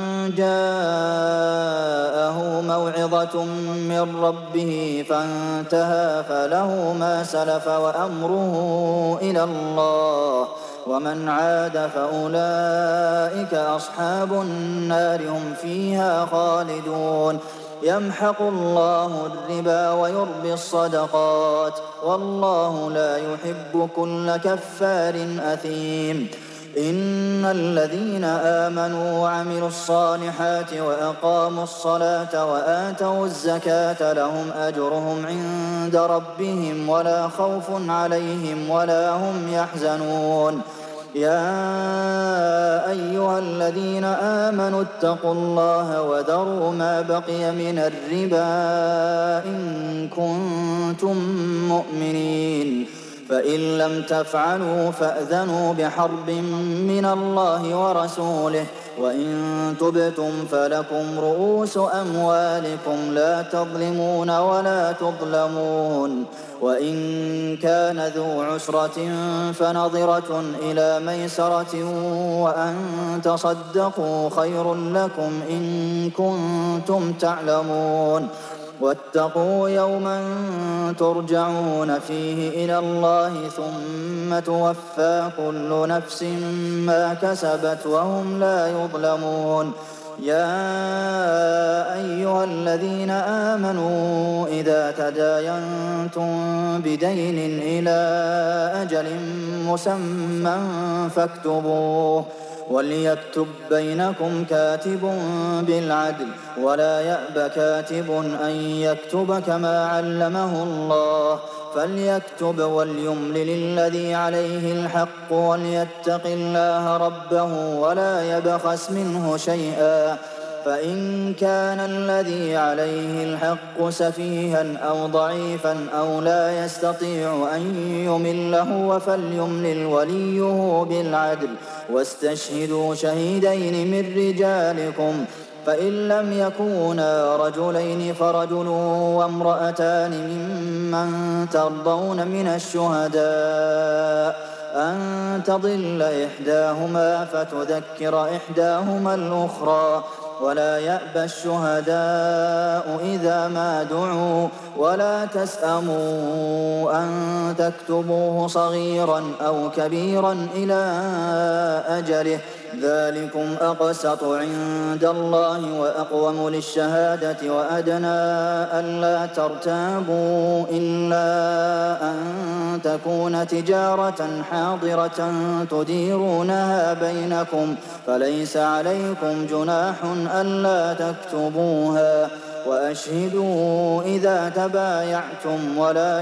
جاءه موعظة من ربه فانتهى فله ما سلف وأمره إلى الله ومن عاد فأولئك أصحاب النار هم فيها خالدون يمحق الله الربا ويربي الصدقات والله لا يحب كل كفار أثيم إن الذين آمنوا وعملوا الصالحات وأقاموا الصلاة وآتوا الزكاة لهم أجرهم عند ربهم ولا خوف عليهم ولا هم يحزنون يا أيها الذين آمنوا اتقوا الله وذروا ما بقي من الربا إن كنتم مؤمنين فإن لم تفعلوا فأذنوا بحرب من الله ورسوله وإن تبتم فلكم رؤوس أموالكم لا تظلمون ولا تظلمون وإن كان ذو عسرة فنظرة إلى ميسرة وأن تصدقوا خير لكم إن كنتم تعلمون واتقوا يوما ترجعون فيه إلى الله ثم توفى كل نفس ما كسبت وهم لا يظلمون يا أيها الذين آمنوا إذا تداينتم بدين إلى أجل مسمى فاكتبوه وليكتب بينكم كاتب بالعدل ولا يأب كاتب أن يكتب كما علمه الله فليكتب وليملل الذي عليه الحق وليتق الله ربه ولا يبخس منه شيئا فإن كان الذي عليه الحق سفيها أو ضعيفا أو لا يستطيع أن يمل هو فليملل وليه بالعدل واستشهدوا شهيدين من رجالكم فإن لم يكونا رجلين فرجل وامرأتان ممن ترضون من الشهداء أن تضل إحداهما فتذكر إحداهما الأخرى ولا يأبى الشهداء إذا ما دعوا ولا تسأموا أن تكتبوه صغيرا أو كبيرا إلى أجله ذلكم أقسط عند الله وأقوم للشهادة وأدنى ألا ترتابوا إلا أن تكون تجارة حاضرة تديرونها بينكم فليس عليكم جناح ألا تكتبوها وأشهدوا إذا تبايعتم ولا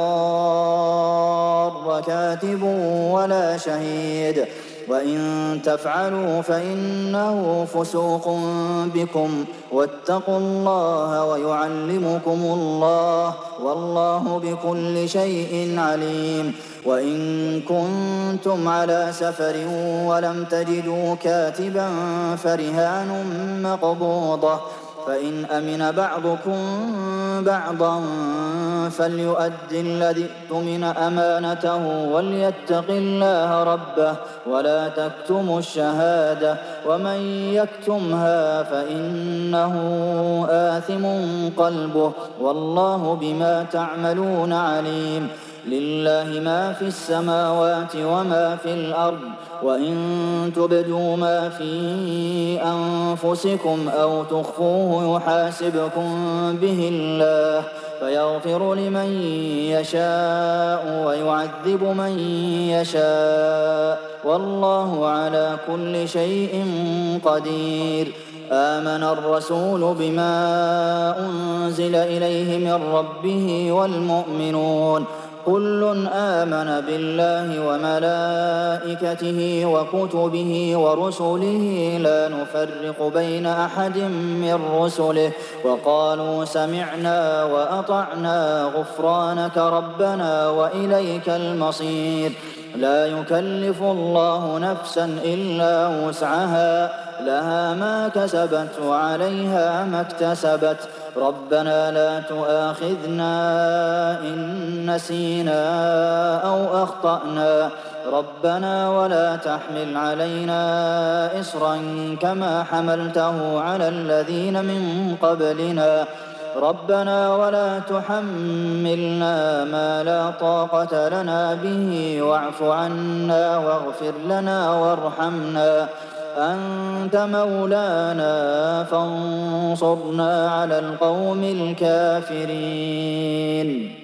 يضار كاتب ولا شهيد وإن تفعلوا فإنه فسوق بكم واتقوا الله ويعلمكم الله والله بكل شيء عليم وإن كنتم على سفر ولم تجدوا كاتبا فرهان مقبوضة فإن أمن بعضكم بعضا فليؤد الذي اؤتمن أمانته وليتق الله ربه ولا تكتموا الشهادة ومن يكتمها فإنه آثم قلبه والله بما تعملون عليم لله ما في السماوات وما في الأرض وإن تبدوا ما في أنفسكم أو تخفوه يحاسبكم به الله فيغفر لمن يشاء ويعذب من يشاء والله على كل شيء قدير آمن الرسول بما أنزل إليه من ربه والمؤمنون كل آمن بالله وملائكته وكتبه ورسله لا نفرق بين أحد من رسله وقالوا سمعنا وأطعنا غفرانك ربنا وإليك المصير لا يكلف الله نفسا إلا وسعها لها ما كسبت وعليها ما اكتسبت ربنا لا تؤاخذنا إن نسينا أو أخطأنا ربنا ولا تحمل علينا إصرا كما حملته على الذين من قبلنا ربنا ولا تحملنا ما لا طاقة لنا به واعف عنا واغفر لنا وارحمنا أنت مولانا فانصرنا على القوم الكافرين